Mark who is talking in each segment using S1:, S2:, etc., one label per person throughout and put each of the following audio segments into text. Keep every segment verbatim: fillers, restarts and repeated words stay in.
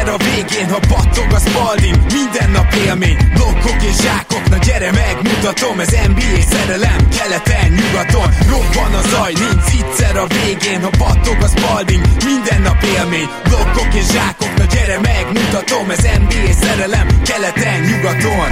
S1: Egyszer a végén, ha battog a Spalding, minden nap élmény, blokkok és zsákok, na gyere megmutatom, ez en bé á szerelem, keleten, nyugaton, robban a zaj, nincs egyszer a végén, ha battog a Spalding, minden nap élmény, blokkok és zsákok, na gyere megmutatom, ez en bé á szerelem, keleten, nyugaton.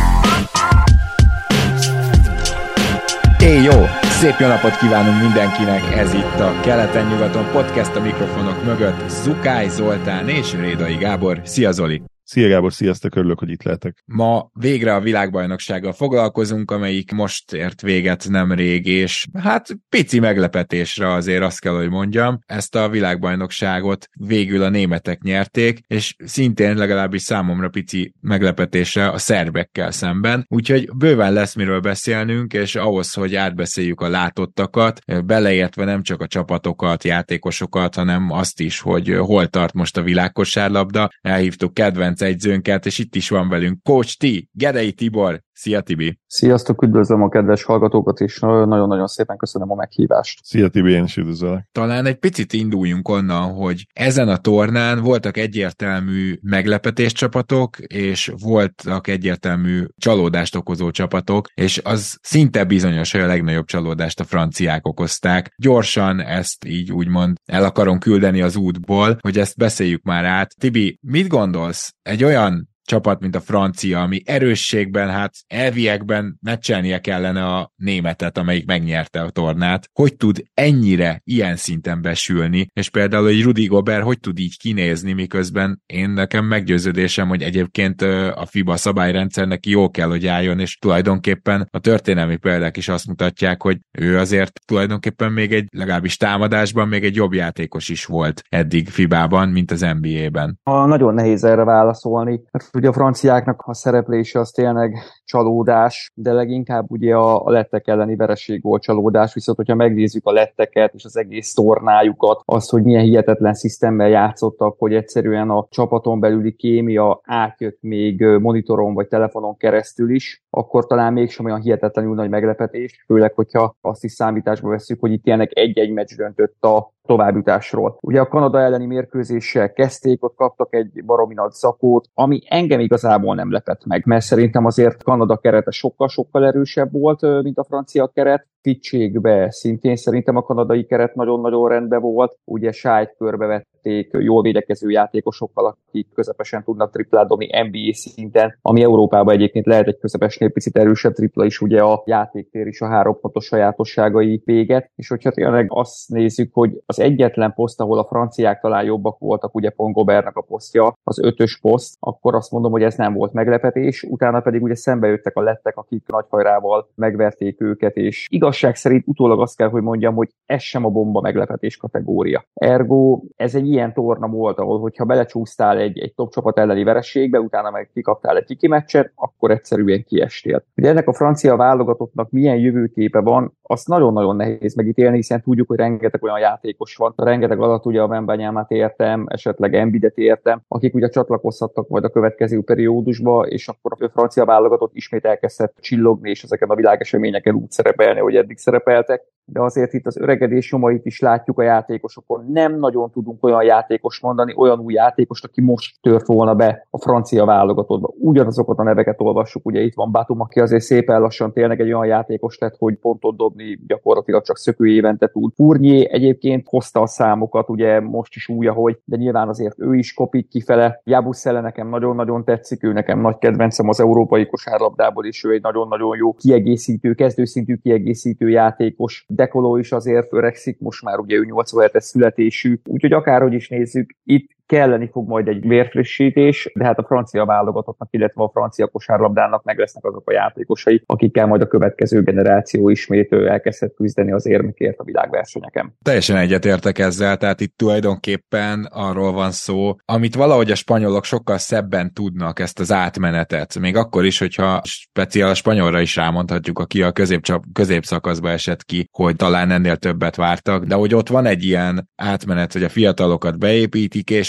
S2: Éj, jó! Szép jó napot kívánunk mindenkinek, ez itt a Keleten-nyugaton podcast, a mikrofonok mögött Zukály Zoltán és Rédai Gábor. Szia Zoli!
S3: Szia Gábor, sziasztok, örülök, hogy itt lehetek.
S2: Ma végre a világbajnoksággal foglalkozunk, amelyik most ért véget nemrég, és hát pici meglepetésre azért azt kell, hogy mondjam, ezt a világbajnokságot végül a németek nyerték, és szintén legalábbis számomra pici meglepetésre a szerbekkel szemben, úgyhogy bőven lesz miről beszélnünk, és ahhoz, hogy átbeszéljük a látottakat, beleértve nem csak a csapatokat, játékosokat, hanem azt is, hogy hol tart most a világkosárlabda, elhívtuk kedvenc egyzőnket, és itt is van velünk Coach T, Gedei Tibor. Szia Tibi!
S4: Sziasztok, üdvözlöm a kedves hallgatókat, és nagyon-nagyon szépen köszönöm a meghívást.
S3: Szia Tibi, én is üdvözlök.
S2: Talán egy picit induljunk onnan, hogy ezen a tornán voltak egyértelmű meglepetés csapatok, és voltak egyértelmű csalódást okozó csapatok, és az szinte bizonyos, hogy a legnagyobb csalódást a franciák okozták. Gyorsan ezt így úgymond el akarom küldeni az útból, hogy ezt beszéljük már át. Tibi, mit gondolsz? Egy olyan csapat, mint a francia, ami erősségben, hát elviekben meccselnie kellene a németet, amelyik megnyerte a tornát. Hogy tud ennyire ilyen szinten besülni, és például, hogy Rudy Gobert hogy tud így kinézni, miközben én nekem meggyőződésem, hogy egyébként a FIBA szabályrendszernek jó kell, hogy álljon, és tulajdonképpen a történelmi példák is azt mutatják, hogy ő azért tulajdonképpen még egy, legalábbis támadásban még egy jobb játékos is volt eddig FIBA-ban, mint az en bé á-ben.
S4: Nagyon nehéz erre válaszolni. Ugye a franciáknak a szereplése az tényleg csalódás, de leginkább ugye a, a lettek elleni vereség volt csalódás, viszont hogyha megnézzük a letteket és az egész tornájukat, azt, hogy milyen hihetetlen szisztemmel játszottak, hogy egyszerűen a csapaton belüli kémia átjött még monitoron vagy telefonon keresztül is, akkor talán mégsem olyan hihetetlenül nagy meglepetés, főleg, hogyha azt is számításba vesszük, hogy itt tényleg egy-egy meccs döntött a továbbjutásról. Ugye a Kanada elleni mérkőzéssel kezdték, ott kaptak egy baromi nagy zakót, ami engem igazából nem lepett meg, mert szerintem azért Kanada kerete sokkal-sokkal erősebb volt, mint a francia keret. Fittségbe szintén szerintem a kanadai keret nagyon-nagyon rendben volt, ugye Sájt körbevették jól védekező játékosokkal, akik közepesen tudnak triplát dobni en bé á szinten, ami Európában egyébként lehet egy közepesnél picit erősebb tripla is, ugye a játéktér is a három pontos sajátosságai véget, és hogyha tényleg azt nézzük, hogy az egyetlen poszt, ahol a franciák talán jobbak voltak, ugye pont Gobertnek a posztja, az ötös poszt, akkor azt mondom, hogy ez nem volt meglepetés, utána pedig ugye szembe jöttek a lettek, akik nagy hajrával megverték őket, és igazság szerint utólag azt kell, hogy mondjam, hogy ez sem a bomba meglepetés kategória. Ergo ez egy ilyen torna volt, ahol hogyha belecsúsztál egy, egy top csapat elleni vereségbe, utána meg kikaptál egy kiki meccset, akkor egyszerűen kiestél. Ugye ennek a francia válogatottnak milyen jövőképe van, azt nagyon-nagyon nehéz megítélni, hiszen tudjuk, hogy rengeteg olyan játékos van, rengeteg alatt ugye a Wembanyamát értem, esetleg Embiidet értem, akik ugye csatlakozhattak majd a következő periódusba, és akkor a francia válogatott ismét elkezdett csillogni, és ezeken a világeseményeken úgy szerepelni, hogy eddig szerepeltek, de azért itt az öregedés nyomait is látjuk a játékosokon. Nem nagyon tudunk olyan játékos mondani, olyan új játékost, aki most tört volna be a francia válogatottba. Ugyanazokat a neveket olvassuk, ugye itt van Batum, aki azért szépen lassan tényleg egy olyan játékos lett, hogy pontot dobni gyakorlatilag csak szökő évente tud. Fournier egyébként hozta a számokat, ugye most is úgy, ahogy, de nyilván azért ő is kopik kifele. Yabusele nekem nagyon-nagyon tetszik, ő nekem nagy kedvencem az európai kosárlabdából, és ő egy nagyon-nagyon jó kiegészítő, kezdőszintű kiegészítő játékos. Dekoló is azért öregszik, most már ugye ő nyolcvanhetes születésű, úgyhogy akárhogy is nézzük, itt kelleni fog majd egy vérfrissítés, de hát a francia válogatottnak, illetve a francia kosárlabdának meg lesznek azok a játékosai, akikkel majd a következő generáció ismét elkezdhet küzdeni az érmekért a világversenyeken.
S2: Teljesen egyetértek ezzel, tehát itt tulajdonképpen arról van szó, amit valahogy a spanyolok sokkal szebben tudnak, ezt az átmenetet. Még akkor is, hogyha speciál a spanyolra is rámondhatjuk, aki a középcsap, középszakaszba esett ki, hogy talán ennél többet vártak, de hogy ott van egy ilyen átmenet, hogy a fiatalokat beépítik, és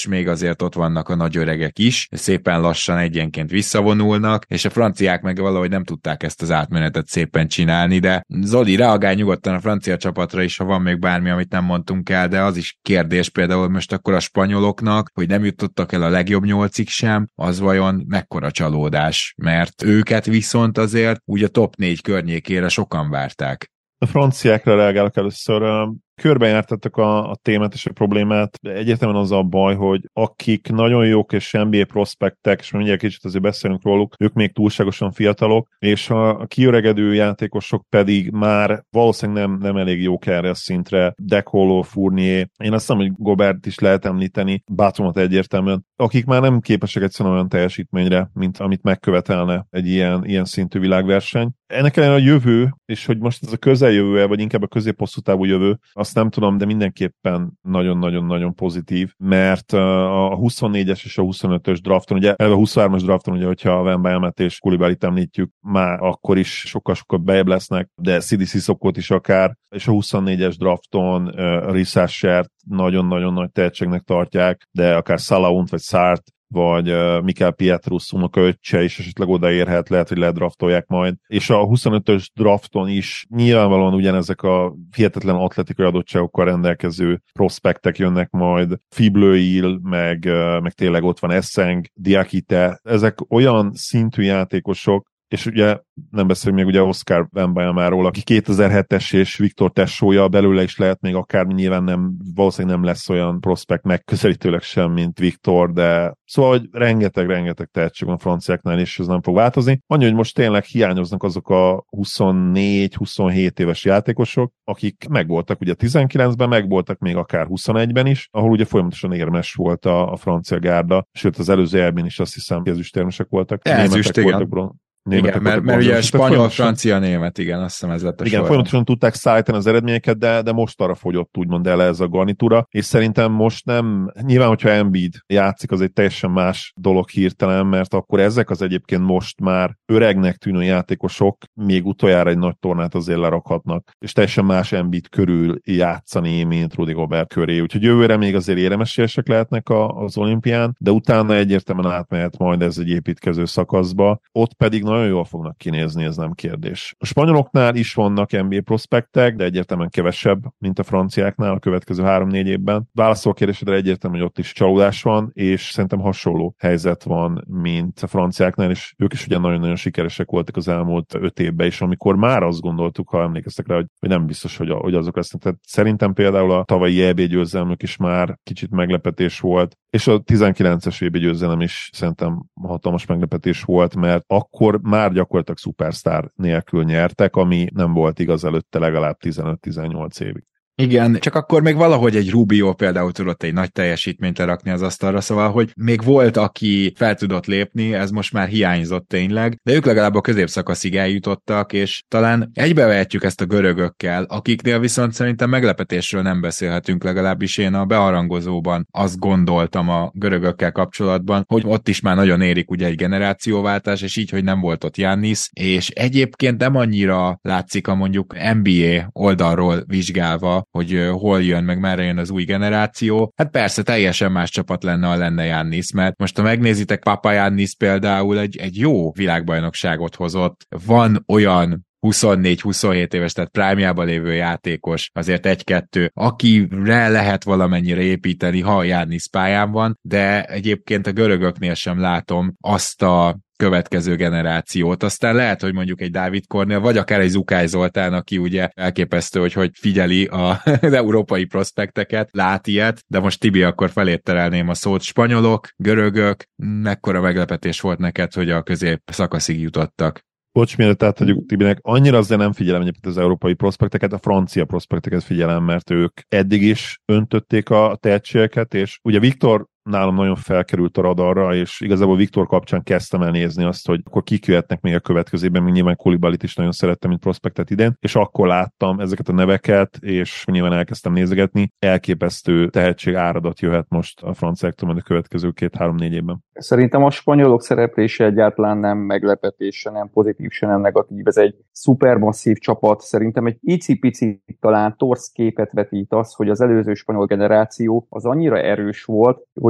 S2: és még azért ott vannak a nagy öregek is, szépen lassan egyenként visszavonulnak, és a franciák meg valahogy nem tudták ezt az átmenetet szépen csinálni, de Zoli, reagálj nyugodtan a francia csapatra is, ha van még bármi, amit nem mondtunk el, de az is kérdés például most akkor a spanyoloknak, hogy nem jutottak el a legjobb nyolcig sem, az vajon mekkora csalódás, mert őket viszont azért úgy a top négy környékére sokan várták.
S3: A franciákra reagálok először. Körbejártattak a, a témát és a problémát, de egyértelműen az a baj, hogy akik nagyon jók és en bé á prospektek, és mindjárt kicsit azért beszélünk róluk, ők még túlságosan fiatalok, és a, a kiöregedő játékosok pedig már valószínűleg nem, nem elég jók erre a szintre. Dekolo, Fournier, én azt hiszem, hogy Gobert is lehet említeni, Batumot egyértelműen, akik már nem képesek egyszerűen olyan teljesítményre, mint amit megkövetelne egy ilyen, ilyen szintű világverseny. Ennek ellenére a jövő, és hogy most ez a közeljövő, vagy inkább a közép-hosszú távú jövő, azt nem tudom, de mindenképpen nagyon-nagyon-nagyon pozitív, mert a huszonnégyes és a huszonötös drafton, ugye eleve a huszonhármas drafton, ugye, hogyha a Wembanyamát és Coulibalyt említjük, már akkor is sokkal-sokkal bejebb lesznek, de Sidi Sissokot is akár, és a huszonnégyes drafton uh, Rissachert nagyon-nagyon nagy tehetségnek tartják, de akár Salahount vagy Sartre, vagy uh, Mikel Pietrus unokaöccse is esetleg odaérhet, lehet, hogy ledraftolják majd. És a huszonötös drafton is nyilvánvalóan ugyanezek a hihetetlen atletikai adottságokkal rendelkező prospektek jönnek majd, Fiblőil, meg, uh, meg tényleg ott van Esseng, Diakite, ezek olyan szintű játékosok, és ugye nem beszélünk még ugye Oscar Wembanyamáról, aki kétezer-hetes és Viktor Tessója, belőle is lehet még akár, nyilván nem, valószínűleg nem lesz olyan prospekt megközelítőleg sem, mint Viktor, de szóval, hogy rengeteg-rengeteg tehetség van a franciáknál, és ez nem fog változni. Annyi, hogy most tényleg hiányoznak azok a huszonnégy-huszonhét éves játékosok, akik megvoltak ugye tizenkilencben, megvoltak még akár huszonegyben is, ahol ugye folyamatosan érmes volt a, a francia gárda, sőt az előző elben is azt hiszem, hogy ezüstérmesek voltak.
S2: Ezüst, igen.
S3: Voltak,
S2: igen, mert, mert ugye spanyol, francia, német, igen, azt hiszem ez lett a
S3: igen,
S2: sorban.
S3: folyamatosan tudták szállítani az eredményeket, de, de most arra fogyott úgymond el ez a garnitúra, és szerintem most nem, nyilván, hogyha Embiid játszik, az egy teljesen más dolog hirtelen, mert akkor ezek az egyébként most már öregnek tűnő játékosok még utoljára egy nagy tornát azért lerakhatnak, és teljesen más Embiid körül játszani, mint Rudy Gobert köré, úgyhogy jövőre még azért éremesélyesek lehetnek a, az olimpián, de utána egyértelműen átmehet majd ez egy építkező szakaszba, ott pedig nagyon jól fognak kinézni, ez nem kérdés. A spanyoloknál is vannak en bé á prospektek, de egyértelműen kevesebb, mint a franciáknál a következő három-négy évben. Válaszol a kérdésedre, egyértelmű, hogy ott is csalódás van, és szerintem hasonló helyzet van, mint a franciáknál, és ők is ugye nagyon-nagyon sikeresek voltak az elmúlt öt évben, és amikor már azt gondoltuk, ha emlékeztek rá, hogy, hogy nem biztos, hogy, hogy azok lesznek. Tehát szerintem például a tavalyi é bé győzelmük is már kicsit meglepetés volt, és a tizenkilences é bé győzelem is szerintem hatalmas meglepetés volt, mert akkor már gyakorlatilag szupersztár nélkül nyertek, ami nem volt igaz előtte legalább tizenöt-tizennyolc évig.
S2: Igen, csak akkor még valahogy egy Rubio például tudott egy nagy teljesítményt lerakni az asztalra, szóval, hogy még volt, aki fel tudott lépni, ez most már hiányzott tényleg, de ők legalább a középszakaszig eljutottak, és talán egybevehetjük ezt a görögökkel, akiknél viszont szerintem meglepetésről nem beszélhetünk, legalábbis én a beharangozóban azt gondoltam a görögökkel kapcsolatban, hogy ott is már nagyon érik ugye egy generációváltás, és így, hogy nem volt ott Giannis, és egyébként nem annyira látszik a mondjuk en bé á oldalról vizsgálva, hogy hol jön, meg merre jön az új generáció. Hát persze teljesen más csapat lenne, ha lenne Giannis, mert most ha megnézitek, Papa Giannis például egy, egy jó világbajnokságot hozott. Van olyan huszonnégy-huszonhét éves, tehát prime-jában lévő játékos, azért egy-kettő, akire lehet valamennyire építeni, ha Giannis pályán van, de egyébként a görögöknél sem látom azt a következő generációt. Aztán lehet, hogy mondjuk egy Dávid Kornél, vagy akár egy Zukály Zoltán, aki ugye elképesztő, hogy hogy figyeli a, az európai prospekteket, lát ilyet, de most Tibi, akkor felét terelném a szót. Spanyolok, görögök, mekkora meglepetés volt neked, hogy a közép szakaszig jutottak?
S3: Bocs, mielőtt átadjuk Tibinek, annyira azért nem figyelem egyébként az európai prospekteket, a francia prospekteket figyelem, mert ők eddig is öntötték a tehetségeket, és ugye Viktor nálam nagyon felkerült a radarra, és igazából Viktor kapcsán kezdtem el nézni azt, hogy akkor kik jöhetnek még a következőben, még nyilván Coulibalyt is nagyon szerettem, mint prospektet idén, és akkor láttam ezeket a neveket, és nyilván elkezdtem nézegetni. Elképesztő tehetség áradat jöhet most a franciáktól majd a következő két-három-négy évben. Szerintem
S4: a spanyolok szereplése egyáltalán nem meglepetés, se nem pozitív, se nem negatív. Ez egy szupermasszív csapat. Szerintem egy icipici talán torz képet vetít az, hogy az előző spanyol generáció az annyira erős volt, hogy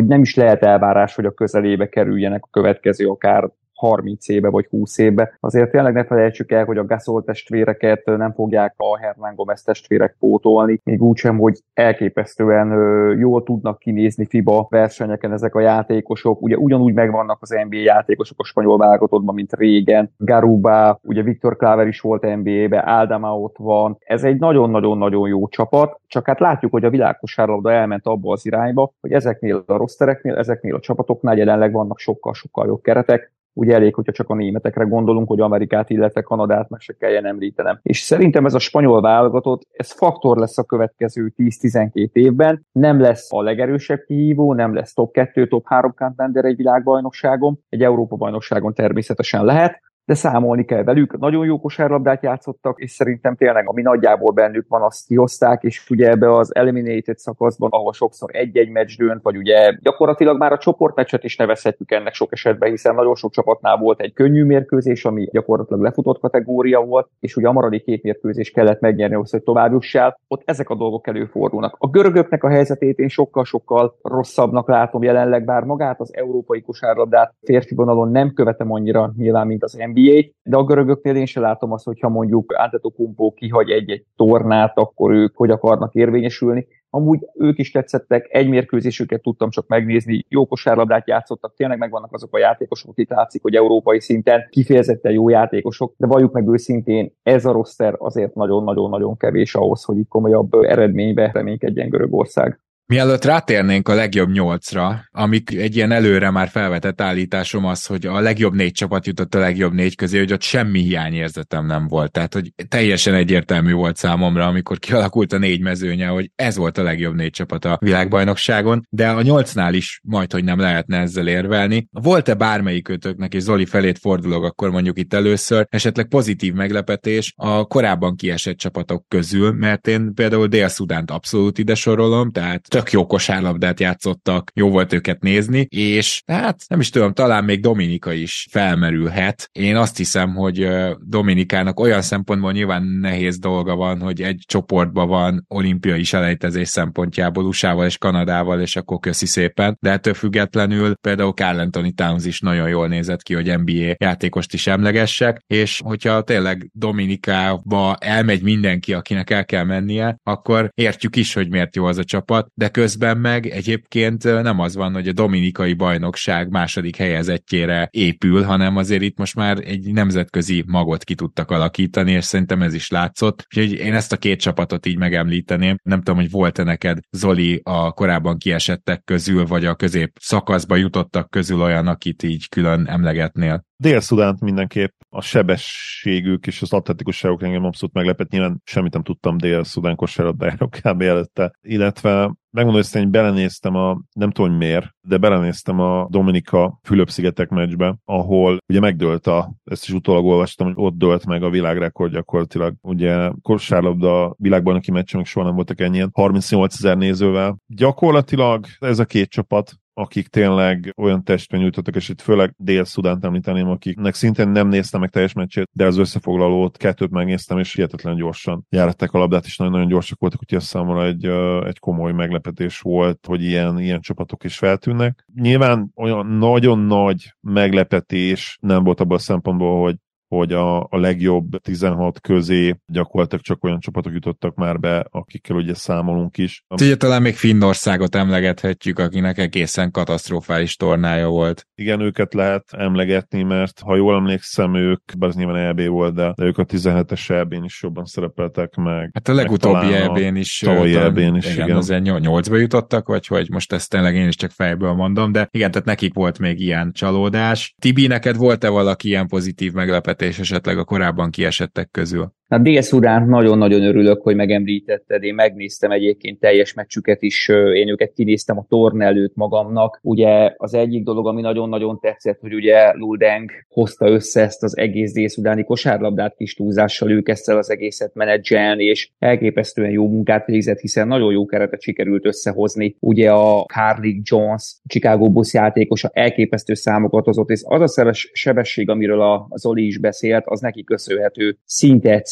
S4: hogy nem is lehet elvárás, hogy a közelébe kerüljenek a következő akár harminc éve vagy húsz évbe. Azért tényleg ne felejtsük el, hogy a Gasol testvéreket nem fogják a Hernán Gomez testvérek pótolni, még úgysem, hogy elképesztően jól tudnak kinézni FIBA versenyeken ezek a játékosok. Ugye ugyanúgy megvannak az en bé á játékosok a spanyol válogatottban, mint régen. Garuba, ugye Viktor Claver is volt en bé á-be, Aldama ott van. Ez egy nagyon-nagyon-nagyon jó csapat, csak hát látjuk, hogy a világkosárlabda elment abba az irányba, hogy ezeknél a rostereknél, ezeknél a csapatoknál jelenleg vannak sokkal-sokkal jobb keretek. Ugye elég, hogyha csak a németekre gondolunk, hogy Amerikát, illetve Kanadát meg se kelljen említenem. És szerintem ez a spanyol válogatott, ez faktor lesz a következő tíz-tizenkét évben. Nem lesz a legerősebb kihívó, nem lesz top kettő, top három contender egy világbajnokságon, egy Európa-bajnokságon természetesen lehet, de számolni kell velük. Nagyon jó kosárlabdát játszottak, és szerintem tényleg, ami nagyjából bennük van, azt kihozták, és ugye ebbe az eliminated szakaszban, ahol sokszor egy-egy meccs dönt, vagy ugye gyakorlatilag már a csoportmeccset is nevezhetjük ennek sok esetben, hiszen nagyon sok csapatnál volt egy könnyű mérkőzés, ami gyakorlatilag lefutott kategória volt, és ugye a maradék két mérkőzés kellett megnyerni ahhoz, hogy tovább jussál. Ott ezek a dolgok előfordulnak. A görögöknek a helyzetét én sokkal-sokkal rosszabbnak látom jelenleg, bár magát az európai kosárlabdát férfi vonalon nem követem annyira nyilván, mint az en bé á, de a görögöknél én sem látom azt, hogyha mondjuk Antetokounmpo kihagy egy-egy tornát, akkor ők hogy akarnak érvényesülni. Amúgy ők is tetszettek, egy mérkőzésüket tudtam csak megnézni, jó kosárlabdát játszottak, tényleg megvannak azok a játékosok, akik látszik, hogy európai szinten kifejezetten jó játékosok, de valljuk meg őszintén, ez a roster azért nagyon-nagyon-nagyon kevés ahhoz, hogy itt komolyabb eredménybe reménykedjen Görögország.
S2: Mielőtt rátérnénk a legjobb nyolcra, amik egy ilyen előre már felvetett állításom az, hogy a legjobb négy csapat jutott a legjobb négy közé, hogy ott semmi hiányérzetem nem volt. Tehát, hogy teljesen egyértelmű volt számomra, amikor kialakult a négy mezőnye, hogy ez volt a legjobb négy csapat a világbajnokságon, de a nyolcnál is majdhogy nem lehetne ezzel érvelni. Volt-e bármelyikőtöknek, és Zoli felét fordulok akkor mondjuk itt először, esetleg pozitív meglepetés a korábban kiesett csapatok közül, mert én például Dél-Szudánt abszolút ide sorolom, tehát tök jó kosárlabdát játszottak, jó volt őket nézni, és hát nem is tudom, talán még Dominika is felmerülhet. Én azt hiszem, hogy Dominikának olyan szempontból nyilván nehéz dolga van, hogy egy csoportban van olimpiai selejtezés szempontjából u es á-val és Kanadával, és akkor köszi szépen, de ettől függetlenül például Karl Anthony Towns is nagyon jól nézett ki, hogy en bé á játékost is emlegessek, és hogyha tényleg Dominikába elmegy mindenki, akinek el kell mennie, akkor értjük is, hogy miért jó az a csapat, de közben meg egyébként nem az van, hogy a dominikai bajnokság második helyezettjére épül, hanem azért itt most már egy nemzetközi magot ki tudtak alakítani, és szerintem ez is látszott. Úgyhogy én ezt a két csapatot így megemlíteném. Nem tudom, hogy volt-e neked, Zoli, a korábban kiesettek közül, vagy a közép szakaszba jutottak közül olyan, akit így külön emlegetnél?
S3: Dél-Szudánt mindenképp, a sebességük és az atletikusságuk engem abszolút meglepett, nyilván semmit nem tudtam Dél-Szudán kosárlabdájáról kb. Előtte, illetve megmondom őszintén, hogy belenéztem a, nem tudom, hogy miért, de belenéztem a Dominika Fülöp-szigetek meccsbe, ahol ugye megdőlt a, ezt is utólag olvastam, hogy ott dőlt meg a világrekord gyakorlatilag. Ugye kosárlabda világbajnoki meccsen még soha nem voltak ennyien, harmincnyolcezer nézővel. Gyakorlatilag ez a két csapat, akik tényleg olyan testben nyújtottak, és itt főleg Dél-Szudánt említeném, akiknek szintén nem néztem meg teljes meccsét, de az összefoglalót, kettőt megnéztem, és hihetetlen gyorsan járatták a labdát, és nagyon-nagyon gyorsak voltak, úgyhogy azt számomra egy, egy komoly meglepetés volt, hogy ilyen, ilyen csapatok is feltűnnek. Nyilván olyan nagyon nagy meglepetés nem volt abban a szempontból, hogy hogy a, a legjobb tizenhat közé gyakorlatilag csak olyan csapatok jutottak már be, akikkel ugye számolunk is.
S2: Ugye talán még Finnországot emlegethetjük, akinek egészen katasztrofális tornája volt.
S3: Igen, őket lehet emlegetni, mert ha jól emlékszem, ők, bár az nyilván é bé volt, de, de ők a tizenhetes é bén is jobban szerepeltek meg.
S2: Hát a legutóbbi é bén is.
S3: Tavalyi é bén is,
S2: igen.
S3: igen.
S2: Azért nyolcba jutottak, vagy hogy most ezt tényleg én is csak fejből mondom, de igen, tehát nekik volt még ilyen csalódás. Tibi, neked volt-e valaki ilyen pozitív meglepetés és esetleg a korábban kiesettek közül?
S4: A Dél-Szudánt nagyon-nagyon örülök, hogy megemlítetted, én megnéztem egyébként teljes meccsüket is, én őket kinéztem a torna előtt magamnak. Ugye az egyik dolog, ami nagyon-nagyon tetszett, hogy ugye Luldeng hozta össze ezt az egész dél-szudáni kosárlabdát kis túlzással, ő kezdte az egészet menedzselni, és elképesztően jó munkát végzett, hiszen nagyon jó keretet sikerült összehozni. Ugye a Carlik Jones, Chicago Bulls játékosa elképesztő számokat hozott, és az a sebesség, amiről a Zoli is beszélt, az neki köszönhető. Szinte egyszer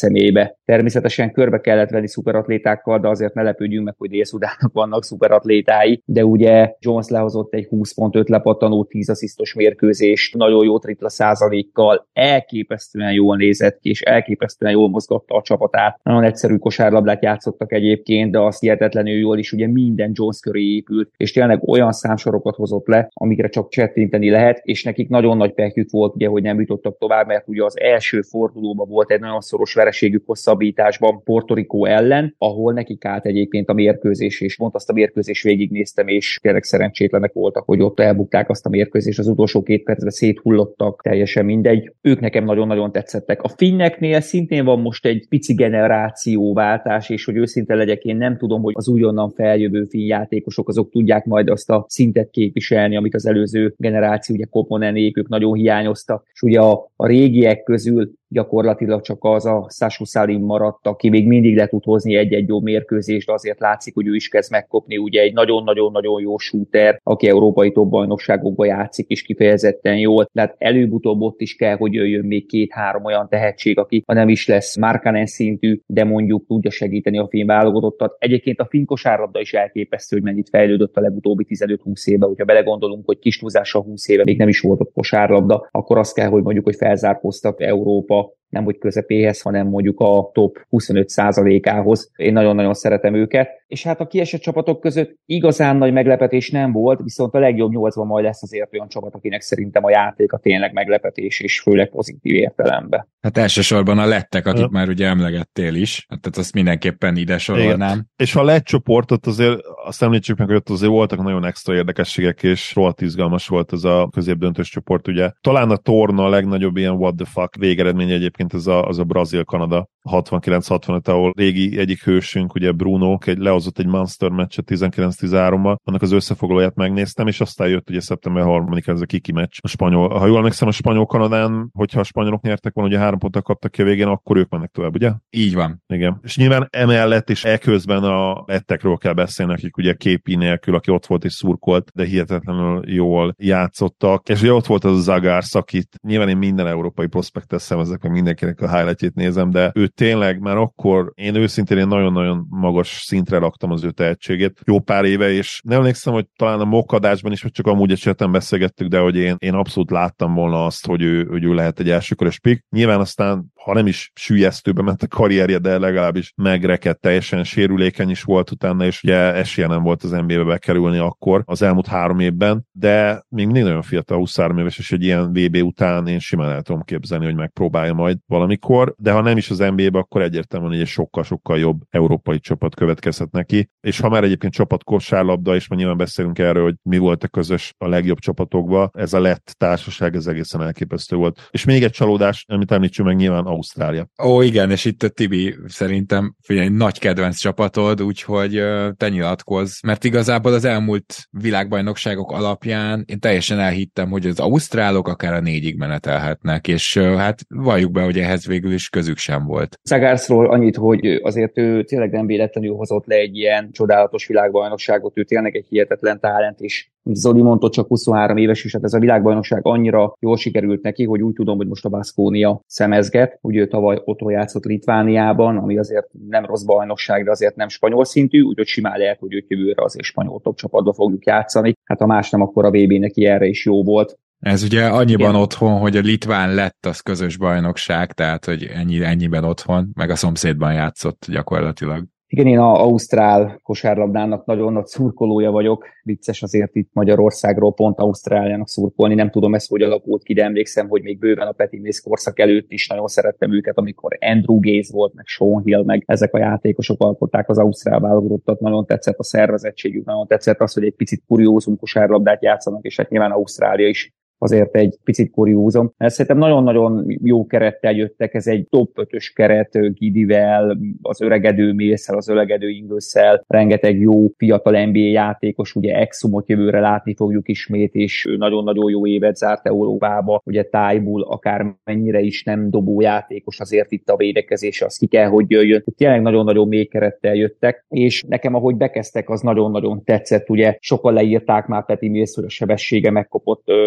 S4: személybe. Természetesen körbe kellett venni szuperatlétákkal, de azért ne lepődjünk meg, hogy Dél-Szudánnak vannak szuperatlétái, de ugye Jones lehozott egy húsz pont öt lepattanó, tíz asszisztos mérkőzést, nagyon jó tripla százalékkal, elképesztően jól nézett ki, és elképesztően jól mozgatta a csapatát. Nagyon egyszerű kosárlabdát játszottak egyébként, de az hihetetlenül jól is, ugye minden Jones köré épült, és tényleg olyan számsorokat hozott le, amikre csak csettinteni lehet, és nekik nagyon nagy pehjük volt, ugye, hogy nem jutottak tovább, mert ugye az első fordulóban volt egy nagyon szoros vereségük hosszabbításban Puerto Rico ellen, ahol nekik állt egyébként a mérkőzés, és pont azt a mérkőzést végignéztem, és tényleg szerencsétlenek voltak, hogy ott elbukták azt a mérkőzést, az utolsó két percben széthullottak, teljesen mindegy. Ők nekem nagyon-nagyon tetszettek. A finneknél szintén van most egy pici generációváltás, és hogy őszinte legyek, én nem tudom, hogy az újonnan feljövő finn játékosok azok tudják majd azt a szintet képviselni, amit az előző generáció, ugye Koponenék, ők nagyon hiányoztak, és ugye a, a régiek közül gyakorlatilag csak az a Sasu Salim maradt, aki még mindig le tud hozni egy-egy jó mérkőzést, de azért látszik, hogy ő is kezd megkopni, ugye egy nagyon-nagyon-nagyon jó shooter, aki európai top bajnokságokban játszik is kifejezetten jól, de hát előbb-utóbb ott is kell, hogy jöjjön még két-három olyan tehetség, aki ha nem is lesz Markkanen szintű, de mondjuk tudja segíteni a finn válogatottat. Egyébként a finn kosárlabda is elképesztő, hogy mennyit fejlődött a legutóbbi tizenöt-húsz évben, hogyha belegondolunk, hogy kis túlzással húsz éve még nem is volt ott kosárlabda, akkor azt kell, hogy mondjuk, hogy felzárkóztak Európa nem hogy közepéhez, hanem mondjuk a top huszonöt százalékához. Én nagyon-nagyon szeretem őket. És hát a kiesett csapatok között igazán nagy meglepetés nem volt, viszont a legjobb nyolcban majd lesz azért olyan csapat, akinek szerintem a játék a tényleg meglepetés, és főleg pozitív értelemben.
S2: Hát elsősorban a lettek, akik ja. már ugye emlegettél is, tehát azt mindenképpen ide sorolnám. Igen.
S3: És ha a lett csoportot azért, azt említsük meg, hogy ott azért voltak nagyon extra érdekességek, és rohadt izgalmas volt ez a középdöntős csoport, ugye. Talán a torna a legnagyobb ilyen what the fuck végeredmény egyébként ez a, az a Brazil-Kanada hatvankilenc hatvanöt, ahol régi egyik hősünk, ugye Bruno, egy, lehozott egy monster meccset tizenkilenc tizenhárommal, annak az összefoglalóját megnéztem, és aztán jött ugye szeptember harmadikán ez a kiki meccs. A spanyol, ha jól emlékszem, a spanyol-Kanadán, hogyha a spanyolok nyertek volna, ugye három ponttal kaptak ki a végén, akkor ők mennek tovább, ugye?
S2: Így van.
S3: Igen. És nyilván emellett és eközben a lettekről kell beszélni, akik ugye képi nélkül, aki ott volt és szurkolt, de hihetetlenül jól játszottak. És ugye ott volt az a Zagars, akit nyilván én minden európai prospektet szemezek, meg mindenkinek a highlightjét nézem, de ő tényleg már akkor, én őszintén én nagyon-nagyon magas szintre raktam az ő tehetségét jó pár éve, és nem emlékszem, hogy talán a mokkadásban is, vagy csak amúgy esetben beszélgettük, de hogy én, én abszolút láttam volna azt, hogy ő, hogy ő lehet egy elsőkörös pick. Nyilván aztán, ha nem is süllyesztőbe ment a karrierje, de legalábbis megrekedt, teljesen sérülékeny is volt utána, és ugye esélye nem volt az en bé á-be bekerülni akkor, az elmúlt három évben, de még mindig nagyon fiatal, huszonhárom éves, és egy ilyen vé bé után én simán el tudom képzelni, hogy megpróbálja majd valamikor, de ha nem is az en bé á-be, akkor egyértelműen egy sokkal-sokkal jobb európai csapat következhet neki, és ha már egyébként csapat kosárlabda, és ma nyilván beszélünk erről, hogy mi volt a közös a legjobb csapatokban, ez a lett társaság, ez egészen elképesztő volt. És még egy csalódás, amit említsünk meg, nyilván Ausztrália.
S2: Ó, igen, és itt a Tibi szerintem figyelj, nagy kedvenc csapatod, úgyhogy uh, te nyilatkozz, mert igazából az elmúlt világbajnokságok alapján én teljesen elhittem, hogy az ausztrálok akár a négyig menetelhetnek, és uh, hát valljuk be, hogy ehhez végül is közük sem volt.
S4: Zagarsról annyit, hogy azért ő tényleg nem véletlenül hozott le egy ilyen csodálatos világbajnokságot, ő tényleg egy hihetetlen talent, és Zoli mondta, csak huszonhárom éves, és hát ez a világbajnokság annyira jól sikerült neki, hogy úgy tudom, hogy most a Baskonia szemezget, ugye ő tavaly otthon játszott Litvániában, ami azért nem rossz bajnokság, de azért nem spanyol szintű, úgyhogy simán lehet, hogy őt jövőre azért spanyol top csapatba fogjuk játszani. Hát ha más nem, akkor a vé bé neki erre is jó volt.
S2: Ez ugye annyiban igen. otthon, hogy a litván lett az közös bajnokság, tehát hogy ennyi, ennyiben otthon, meg a szomszédban játszott gyakorlatilag.
S4: Igen, én az ausztrál kosárlabdának nagyon nagy szurkolója vagyok. Vicces azért itt Magyarországról pont Ausztráliának szurkolni. Nem tudom ezt, hogy alakult ki, de emlékszem, hogy még bőven a Peti Mész korszak előtt is nagyon szerettem őket, amikor Andrew Gaze volt, meg Sean Hill, meg ezek a játékosok alkották az ausztrál válogatottat. Nagyon tetszett a szervezettségük, nagyon tetszett az, hogy egy picit kuriózum kosárlabdát játszanak, és hát nyilván Ausztrália is azért egy picit kuriózom. Szerintem nagyon-nagyon jó kerettel jöttek, ez egy top ötös keret Gidivel, az öregedő Millszel, az öregedő Inglesszel, rengeteg jó fiatal en bé á játékos, ugye Exumot jövőre látni fogjuk ismét, és nagyon-nagyon jó évet zárt Európába, ugye Tájbul akár mennyire is nem dobó játékos, azért itt a védekezés, az ki kell, hogy jöjjön. Tényleg nagyon-nagyon mély kerettel jöttek, és nekem ahogy bekezdtek, az nagyon-nagyon tetszett, ugye sokan leírták már Peti Mills, hogy a sebessége megkopott, ami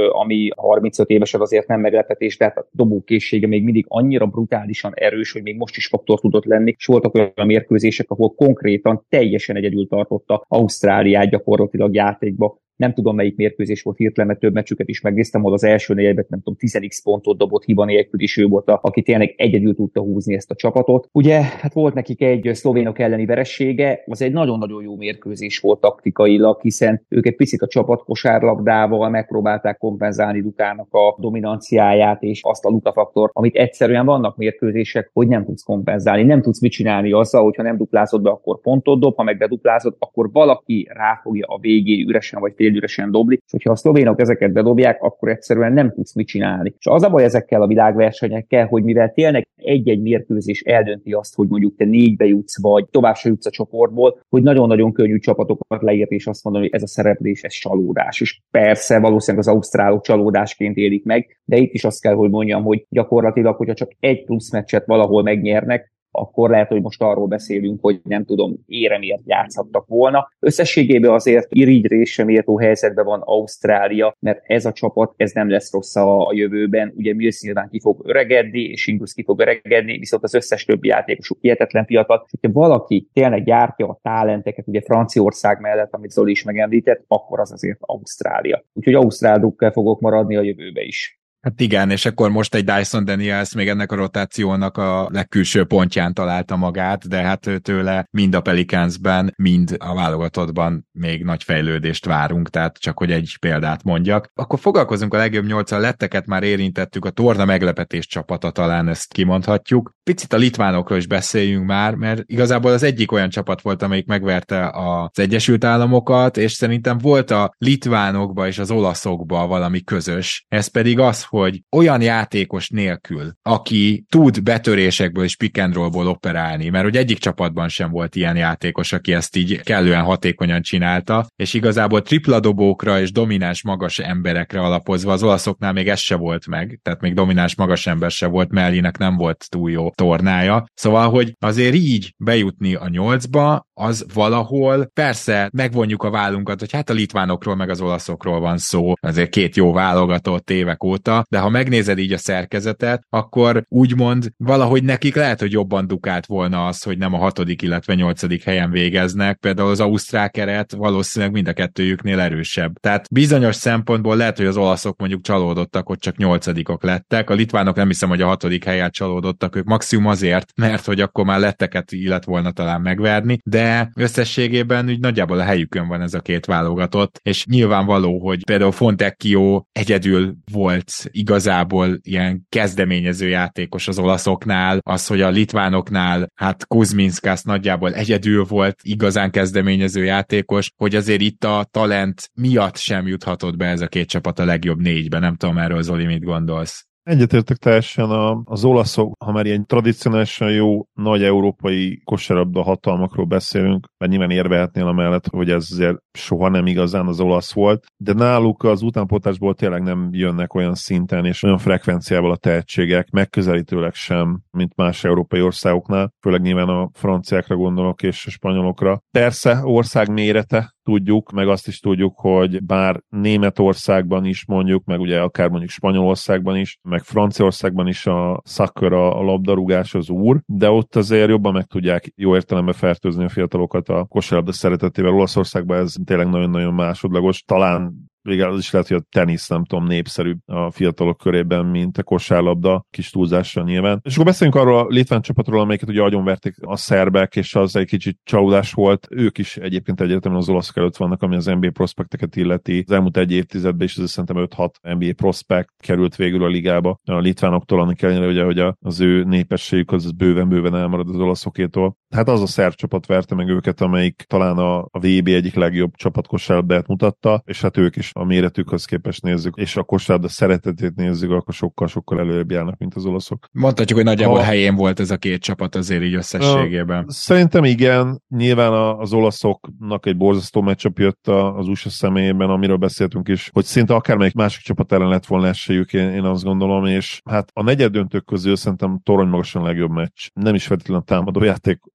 S4: aki harmincöt évesen azért nem meglepetés, tehát a dobókészsége még mindig annyira brutálisan erős, hogy még most is faktor tudott lenni, és voltak olyan mérkőzések, ahol konkrétan teljesen egyedül tartotta Ausztráliát gyakorlatilag játékba. Nem tudom, melyik mérkőzés volt hirtelen, mert több meccsüket is megnéztem, ahol az első negyedben nem tudom, tíz x pontot dobott hiba nélkül is, ő volt, a, aki tényleg egyedül tudta húzni ezt a csapatot. Ugye, hát volt nekik egy szlovénok elleni veresége, az egy nagyon-nagyon jó mérkőzés volt taktikailag, hiszen ők egy picit a csapat kosárlabdával megpróbálták kompenzálni Lukának a dominanciáját, és azt a Luka faktor, amit egyszerűen vannak mérkőzések, hogy nem tudsz kompenzálni, nem tudsz mit csinálni azzal, hogyha nem duplázod be, akkor pontot dob, ha meg beduplázod, akkor valaki ráfogja a végén üresen vagy félüresen dobni, és hogyha a szlovénok ezeket bedobják, akkor egyszerűen nem tudsz mit csinálni. És az a baj ezekkel a világversenyekkel, hogy mivel tényleg egy-egy mérkőzés eldönti azt, hogy mondjuk te négybe jutsz, vagy tovább se jutsz a csoportból, hogy nagyon-nagyon könnyű csapatokat leírni, és azt mondani, hogy ez a szereplés, ez csalódás. És persze valószínűleg az ausztrálok csalódásként élik meg, de itt is azt kell, hogy mondjam, hogy gyakorlatilag, hogyha csak egy plusz meccset valahol megnyernek, akkor lehet, hogy most arról beszélünk, hogy nem tudom, éremért játszhattak volna. Összességében azért irigylésre méltó helyzetben van Ausztrália, mert ez a csapat, ez nem lesz rossz a, a jövőben. Ugye Mills nyilván ki fog öregedni, és Ingles ki fog öregedni, viszont az összes többi játékosuk hihetetlen fiatal. Ha valaki tényleg gyártja a talenteket, ugye Franciaország mellett, amit Zoli is megemlített, akkor az azért Ausztrália. Úgyhogy ausztrálokkel fogok maradni a jövőbe is.
S2: Hát igen, és akkor most egy Dyson Daniels még ennek a rotációnak a legkülső pontján találta magát, de hát tőle mind a Pelicansben, mind a válogatottban még nagy fejlődést várunk, tehát csak hogy egy példát mondjak. Akkor foglalkozunk a legjobb nyolccal, letteket már érintettük, a torna meglepetés csapata, talán ezt kimondhatjuk. Picit a litvánokról is beszéljünk már, mert igazából az egyik olyan csapat volt, amelyik megverte az Egyesült Államokat, és szerintem volt a litvánokba és az olaszokba valami közös. Ez pedig az, hogy olyan játékos nélkül, aki tud betörésekből és pick and rollból operálni, mert hogy egyik csapatban sem volt ilyen játékos, aki ezt így kellően hatékonyan csinálta, és igazából tripla dobókra és domináns magas emberekre alapozva az olaszoknál még ez se volt meg, tehát még domináns magas ember se volt, Mellinek nem volt túl jó tornája, szóval, hogy azért így bejutni a nyolcba, az valahol, persze megvonjuk a vállunkat, hogy hát a litvánokról meg az olaszokról van szó, azért két jó válogatott évek óta, de ha megnézed így a szerkezetet, akkor úgymond valahogy nekik lehet, hogy jobban dukált volna az, hogy nem a hatodik, illetve nyolcadik helyen végeznek, például az ausztrál keret valószínűleg mind a kettőjüknél erősebb. Tehát bizonyos szempontból lehet, hogy az olaszok mondjuk csalódottak, hogy csak nyolcadikok lettek, a litvánok nem hiszem, hogy a hatodik helyen csalódottak, ők maximum azért, mert hogy akkor már letteket illet volna talán megverni, de összességében úgy nagyjából a helyükön van ez a két válogatott, és nyilvánvaló, hogy például Fontecchio egyedül volt igazából ilyen kezdeményező játékos az olaszoknál, az, hogy a litvánoknál hát Kuzminskas nagyjából egyedül volt igazán kezdeményező játékos, hogy azért itt a talent miatt sem juthatott be ez a két csapat a legjobb négybe. Nem tudom erről, Zoli, mit gondolsz?
S3: Egyetértek teljesen, a, az olaszok, ha már ilyen tradicionálisan jó nagy európai kosárlabda hatalmakról beszélünk, mert nyilván érvehetnél amellett, hogy ez azért soha nem igazán az olasz volt, de náluk az utánpótlásból tényleg nem jönnek olyan szinten és olyan frekvenciával a tehetségek, megközelítőleg sem, mint más európai országoknál, főleg nyilván a franciákra gondolok és a spanyolokra. Persze ország mérete, tudjuk, meg azt is tudjuk, hogy bár Németországban is mondjuk, meg ugye akár mondjuk Spanyolországban is, meg Franciaországban is a soccer, a labdarúgás az úr, de ott azért jobban meg tudják jó értelemben fertőzni a fiatalokat a kosárlabda szeretetével. Olaszországban ez tényleg nagyon-nagyon másodlagos. Talán végül az is lehet, hogy a tenisz, nem tudom, népszerűbb a fiatalok körében, mint a kosárlabda, kis túlzással nyilván. És akkor beszéljünk arról a litván csapatról, amelyiket ugye agyonverték a szerbek, és az egy kicsit csalódás volt. Ők is egyébként egyértelműen az olaszok előtt vannak, ami az en bé á prospekteket illeti. Az elmúlt egy évtizedben is, ez szerintem öt-hat en bé á prospekt került végül a ligába. A litvánoktól annak ellenére, ugye, hogy az ő népességük az bőven-bőven elmarad az olaszokétól. Hát az a szerb csapat verte meg őket, amelyik talán a, a vé bé egyik legjobb csapatkosárlabdát mutatta, és hát ők is a méretükhöz képest nézzük, és a kosárlabda szeretetét nézzük, akkor sokkal-sokkal előrébb járnak, mint az olaszok.
S2: Mondhatjuk, hogy nagyjából a... helyén volt ez a két csapat azért így összességében.
S3: Szerintem igen, nyilván az olaszoknak egy borzasztó meccsap jött az u es á személyében, amiről beszéltünk is, hogy szinte akármelyik másik csapat ellen lett volna esélyük, én, én azt gondolom, és hát a negyeddöntők közül szerintem torony magasan legjobb meccs. Nem is feltétlenül támadó játék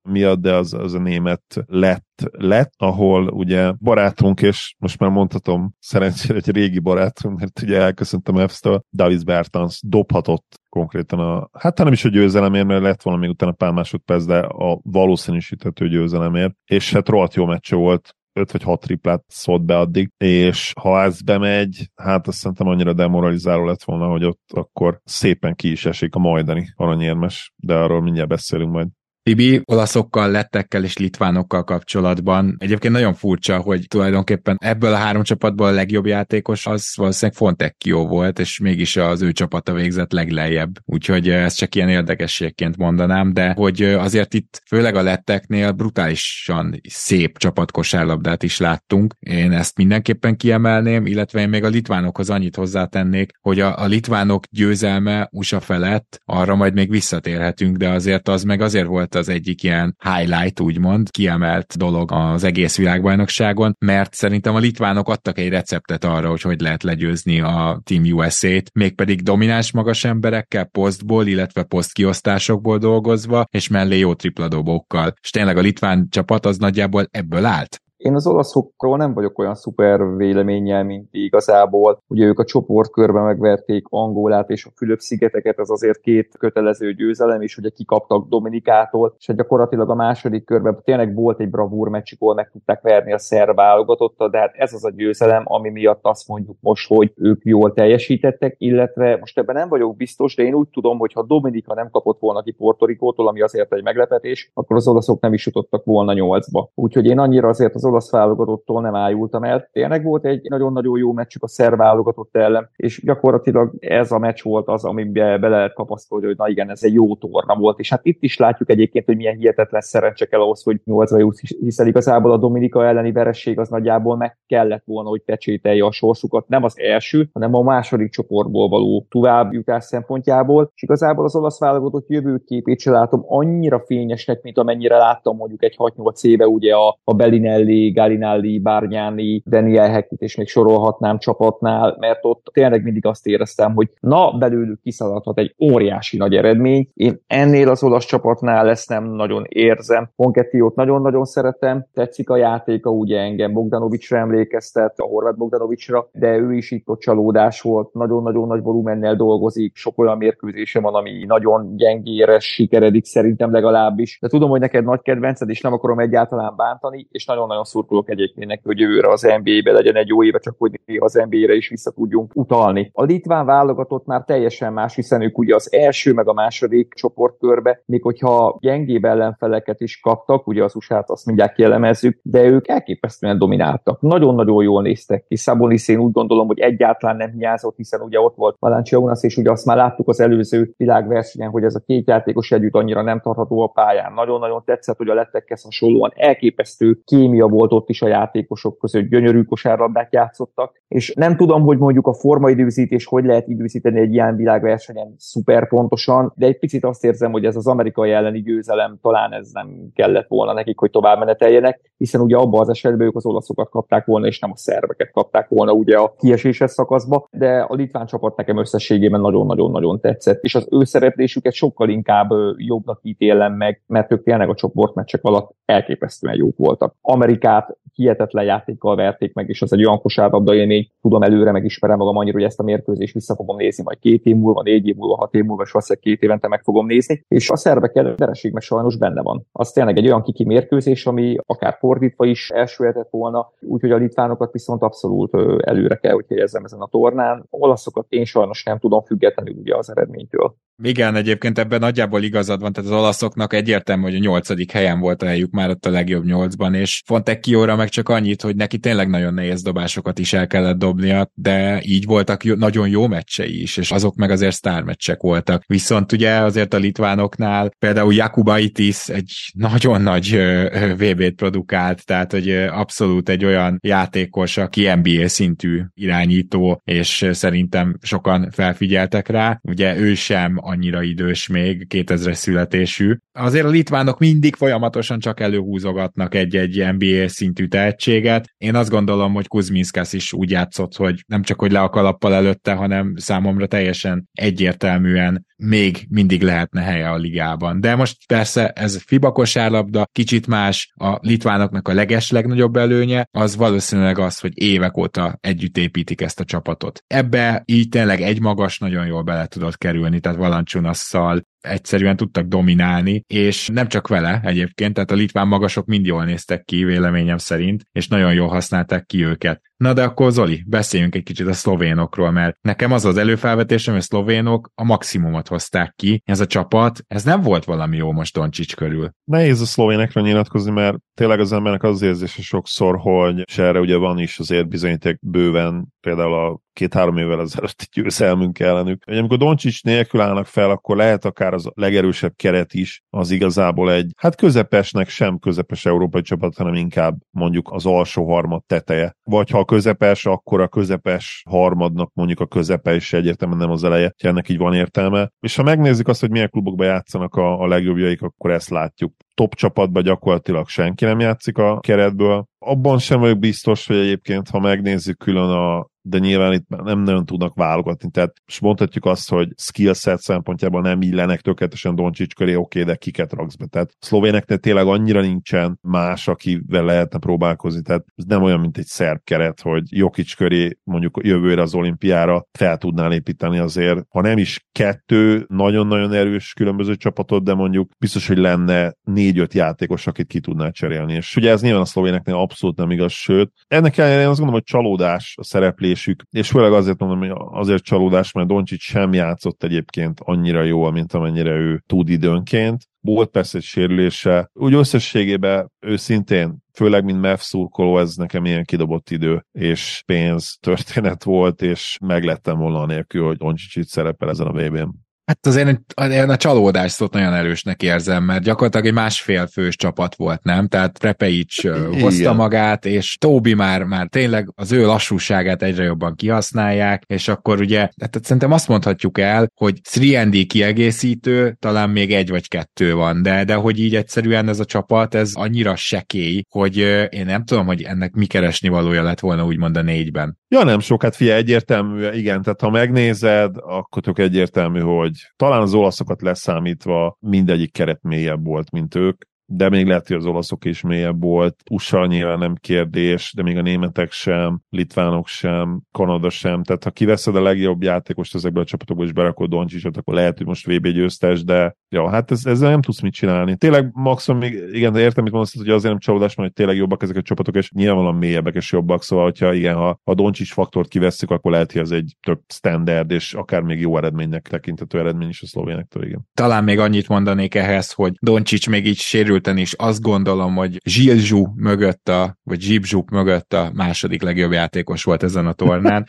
S3: miatt, de az, az a német lett, lett, ahol ugye barátunk, és most már mondhatom szerencsére egy régi barátunk, mert ugye elköszöntem F-től, Davis Bertans dobhatott konkrétan a, hát nem is a győzelemért, mert lett volna még utána pár másodperc, de a valószínűsíthető győzelemért, és hát rohadt jó meccse volt, öt vagy hat triplát szólt be addig, és ha ez bemegy, hát azt szerintem annyira demoralizáló lett volna, hogy ott akkor szépen ki is esik a majdani aranyérmes, de arról mindjárt beszélünk majd.
S2: Tibi, olaszokkal, lettekkel és litvánokkal kapcsolatban egyébként nagyon furcsa, hogy tulajdonképpen ebből a három csapatból a legjobb játékos az valószínűleg Fontecchio volt, és mégis az ő csapata végzett leglejjebb. Úgyhogy ezt csak ilyen érdekességként mondanám, de hogy azért itt főleg a letteknél brutálisan szép csapatkosárlabdát is láttunk. Én ezt mindenképpen kiemelném, illetve én még a litvánokhoz annyit hozzátennék, hogy a, a litvánok győzelme u es á felett, arra majd még visszatérhetünk, de azért az meg azért volt az egyik ilyen highlight, úgymond, kiemelt dolog az egész világbajnokságon, mert szerintem a litvánok adtak egy receptet arra, hogy hogy lehet legyőzni a Team u es á-t, mégpedig domináns magas emberekkel, posztból, illetve posztkiosztásokból dolgozva, és mellé jó tripladobókkal. És tényleg a litván csapat az nagyjából ebből állt.
S4: Én az olaszokról nem vagyok olyan szuper véleménnyel, mint igazából. Ugye ők a csoportkörben megverték Angolát és a Fülöp-szigeteket, ez azért két kötelező győzelem is, ugye kikaptak Dominikától, és gyakorlatilag a második körben tényleg volt egy bravúr meccsik, ahol meg tudták verni a szerb válogatottat, de hát ez az a győzelem, ami miatt azt mondjuk most, hogy ők jól teljesítettek, illetve most ebben nem vagyok biztos, de én úgy tudom, hogy ha Dominika nem kapott volna ki Puerto Ricótól, ami azért egy meglepetés, akkor az olaszok nem is jutottak volna nyolcba. Úgyhogy én annyira azért az olasz válogatottól nem ájultam el. Tényleg volt egy nagyon-nagyon jó meccsük a szerb válogatott ellen, és gyakorlatilag ez a meccs volt az, amiben bele lehet kapaszkodni, hogy na igen, ez egy jó torna volt, és hát itt is látjuk egyébként, hogy milyen hihetetlen szerencse kell ahhoz, hogy nyolcba jut, hiszen igazából a Dominika elleni veresség az nagyjából meg kellett volna, hogy pecsételje a sorsukat, nem az első, hanem a második csoportból való továbbjutás szempontjából, és igazából az olasz válogatott jövőképét se látom annyira fényesnek, mint amennyire láttam mondjuk egy hat-nyolc éve ugye a, a Bellinelli, Gallinelli, Bargnani, Daniel Hekit, és még sorolhatnám csapatnál, mert ott tényleg mindig azt éreztem, hogy na, belőlük kiszaladhat egy óriási nagy eredmény. Én ennél az olasz csapatnál ezt nem nagyon érzem. Fontecchiót nagyon-nagyon szeretem, tetszik a játéka, ugye engem Bogdanovicsra emlékeztet, a horvát Bogdanovicsra, de ő is itt ott csalódás volt, nagyon-nagyon nagy volumennel dolgozik, sok olyan mérkőzése van, ami nagyon gyengére sikeredik szerintem legalábbis. De tudom, hogy neked nagy kedvenced, és nem akarom egyáltalán bántani, és nagyon-nagyon szurkolok egyébként neki, hogy jövőre az en bé á-be legyen egy jó éve, csak hogy az en bé á-re is vissza tudjunk utalni. A litván válogatott már teljesen más, hiszen ők ugye az első meg a második csoportkörbe, még hogyha gyengébb ellenfeleket is kaptak, ugye az u es á-t azt mindjárt kielemezzük, de ők elképesztően domináltak. Nagyon-nagyon jól néztek ki. Szabonis én úgy gondolom, hogy egyáltalán nem hiányzott, hiszen ugye ott volt Valanciunas, és ugye azt már láttuk az előző világversenyen, hogy ez a két játékos együtt annyira nem tartható a pályán. Nagyon-nagyon tetszett, hogy a lettekhez hasonlóan elképesztő kémia volt ott is a játékosok között, gyönyörű kosárlabdát játszottak, és nem tudom, hogy mondjuk a formaidőzítés hogy lehet időzíteni egy ilyen világversenyen szuper pontosan, de egy picit azt érzem, hogy ez az amerikai elleni győzelem, talán ez nem kellett volna nekik, hogy tovább meneteljenek, hiszen ugye abban az esetben ők az olaszokat kapták volna, és nem a szerbeket kapták volna ugye a kieséses szakaszba, de a litván csapat nekem összességében nagyon-nagyon-nagyon tetszett, és az ő szereplésüket sokkal inkább jobbnak ítélem meg, mert ők tényleg a csoportmeccsek alatt elképesztően jók voltak. Amerikát hihetetlen játékkal verték meg, és az egy olyan kosárlabda élmény, tudom, előre megismerem magam annyira, hogy ezt a mérkőzést vissza fogom nézni majd két év múlva, négy év múlva, hat év múlva, és valószínűleg két évente meg fogom nézni, és a szerbek ellen vereség meg sajnos benne van. Az tényleg egy olyan kiki mérkőzés, ami akár fordítva is elsülhetett volna, úgyhogy a litvánokat viszont abszolút előre kell, hogy helyezzem ezen a tornán. A olaszokat én sajnos nem tudom, függetlenül ugye az eredménytől.
S2: Igen, egyébként ebben nagyjából igazad van, tehát az olaszoknak egyértelmű, hogy a nyolcadik helyen volt a helyük már ott a legjobb nyolcban, és Fontecchióra meg csak annyit, hogy neki tényleg nagyon nehéz dobásokat is el kellett dobnia, de így voltak jó, nagyon jó meccsei is, és azok meg azért sztármeccsek voltak. Viszont ugye azért a litvánoknál például Jakubaitis egy nagyon nagy vé bét produkált, tehát hogy abszolút egy olyan játékos, aki en bé á szintű irányító, és szerintem sokan felfigyeltek rá. Ugye ő sem annyira idős még, kétezres születésű. Azért a litvánok mindig folyamatosan csak előhúzogatnak egy-egy en bé á szintű tehetséget. Én azt gondolom, hogy Kuzminskas is úgy játszott, hogy nem csak hogy le a kalappal előtte, hanem számomra teljesen egyértelműen még mindig lehetne helye a ligában. De most persze ez FIBA kosárlabda, kicsit más, a litvánoknak a leges legnagyobb előnye, az valószínűleg az, hogy évek óta együtt építik ezt a csapatot. Ebbe így tényleg egy magas nagyon jól bele tudott kerülni, tehát Valanciunasszal egyszerűen tudtak dominálni, és nem csak vele egyébként, tehát a litván magasok mind jól néztek ki, véleményem szerint, és nagyon jól használták ki őket. Na de akkor Zoli, beszéljünk egy kicsit a szlovénokról, mert nekem az az előfelvetésem, hogy a szlovénok a maximumot hozták ki. Ez a csapat, ez nem volt valami jó most Doncsics körül.
S3: Nehéz a szlovénekre nyilatkozni, mert tényleg az embernek az érzése sokszor, hogy és erre ugye van is azért bizonyíték bőven, például a két-három évvel ezelőtti győzelmünk ellenük. Hogy amikor Doncsics nélkül állnak fel, akkor lehet akár az legerősebb keret is, az igazából egy, hát közepesnek sem közepes európai csapat, hanem inkább mondjuk az alsó harmad teteje. Vagy ha a közepes, akkor a közepes harmadnak mondjuk a közepe is egyértelműen nem az eleje, hogy ennek így van értelme. És ha megnézzük azt, hogy milyen klubokban játszanak a, a legjobbjaik, akkor ezt látjuk. Top csapatban gyakorlatilag senki nem játszik a keretből. Abban sem vagyok biztos, hogy egyébként, ha megnézzük külön a de nyilván itt nem nagyon tudnak válogatni, tehát most mondhatjuk azt, hogy skillset szempontjából nem illenek tökéletesen Doncsics köré, oké, de kiket raksz be, tehát szlovéneknél tényleg annyira nincsen más, akivel lehetne próbálkozni, tehát ez nem olyan, mint egy szerb keret, hogy Jokic köré mondjuk jövőre az olimpiára fel tudnál építeni azért, ha nem is kettő nagyon-nagyon erős különböző csapatot, de mondjuk biztos, hogy lenne négy-öt játékos, akit ki tudnál cserélni, és ugye ez nyilván a szlovéneknél abszolút nem igaz, sőt, ennek ellenére én azt gondolom, hogy csalódás a szereplés, és főleg azért mondom, hogy azért csalódás, mert Doncsics sem játszott egyébként annyira jól, mint amennyire ő tud időnként. Volt persze egy sérülése. Úgy összességében ő szintén, főleg mint mef szurkoló, ez nekem ilyen kidobott idő és pénz történet volt, és meglettem volna anélkül, hogy Doncsics itt szerepel ezen a vé bén.
S2: Hát azért én a csalódás szót nagyon erősnek érzem, mert gyakorlatilag egy másfél fős csapat volt, nem? Tehát Prepeic hozta magát, és Tóbi már, már tényleg az ő lassúságát egyre jobban kihasználják, és akkor ugye, hát szerintem azt mondhatjuk el, hogy három en dé kiegészítő, talán még egy vagy kettő van, de, de hogy így egyszerűen ez a csapat, ez annyira sekély, hogy én nem tudom, hogy ennek mi keresni valója lett volna úgymond a négyben.
S3: Ja, nem sok, hát figyelj, egyértelmű, igen, tehát ha megnézed, akkor tök egyértelmű, hogy talán az olaszokat leszámítva mindegyik keret mélyebb volt, mint ők, de még lehet, hogy az olaszok is mélyebb volt. u es á nyilván nem kérdés, de még a németek sem, litvánok sem, Kanada sem. Tehát ha kiveszed a legjobb játékost ezekből a csapatokból és berakod Doncsicsot, akkor lehet, hogy most vé bé győztes, de ja, hát ez, ezzel nem tudsz mit csinálni. Tényleg maximum még, igen, de értem, mit mondasz, hogy azért nem csalódás, mert hogy tényleg jobbak ezek a csapatok, és nyilvánvalóan mélyebbek és jobbak, szóval, hogyha igen, ha a Doncsics faktort kivesszük, akkor lehet, hogy ez egy tök standard, és akár még jó eredménynek tekinthető eredmény is a szlovénektől, igen.
S2: Talán még annyit mondanék ehhez, hogy Doncsics még így sérült is azt gondolom, hogy Zsilzsú mögött a, vagy Zsibzsuk mögött a második legjobb játékos volt ezen a tornán.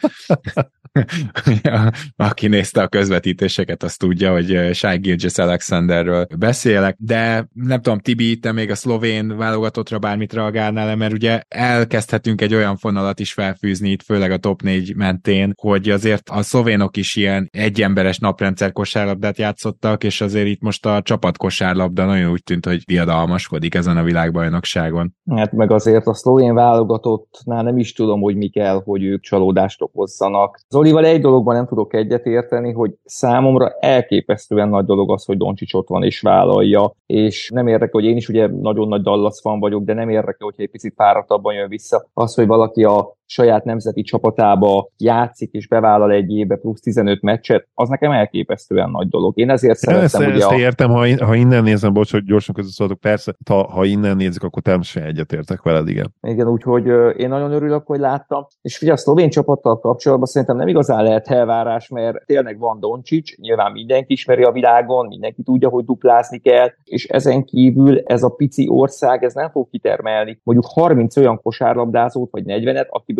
S2: Aki nézte a közvetítéseket, azt tudja, hogy Shai Gilgeous-Alexanderről beszélek, de nem tudom, Tibi, te még a szlovén válogatottra bármit reagálnál, mert ugye elkezdhetünk egy olyan fonalat is felfűzni itt, főleg a top négy mentén, hogy azért a szlovénok is ilyen egyemberes naprendszer kosárlabdát játszottak, és azért itt most a csapatkosárlabda nagyon úgy tűnt, hogy diadalmaskodik ezen a világbajnokságon.
S4: Hát meg azért a szlovén válogatottnál nem is tudom, hogy mi kell, hogy ők csalódást okozzanak. Zolival egy dologban nem tudok egyetérteni, hogy számomra elképesztően nagy dolog az, hogy Doncsics ott van és vállalja, és nem érdekel, hogy én is ugye nagyon nagy Dallas fan vagyok, de nem érdekel, hogyha egy picit fáradtabban jön vissza. Az, hogy valaki a saját nemzeti csapatába játszik és bevállal egy évbe plusz tizenöt meccset, az nekem elképesztően nagy dolog. Én ezért szeretem,
S3: ezt,
S4: ugye
S3: ezt
S4: a...
S3: értem, ha, in, ha innen nézem, bocs, hogy gyorsan közösszolatok, persze, ha, ha innen nézzük, akkor természetesen egyetértek veled, igen.
S4: Igen, úgyhogy uh, én nagyon örülök, hogy láttam. És ugye a szlovén csapattal kapcsolatban szerintem nem igazán lehet elvárás, mert tényleg van Doncsics, nyilván mindenki ismeri a világon, mindenki tudja, hogy duplázni kell, és ezen kívül ez a pici ország, ez nem fog kitermelni mondjuk harminc olyan kosárlabdázót, vagy negyvenet, akiből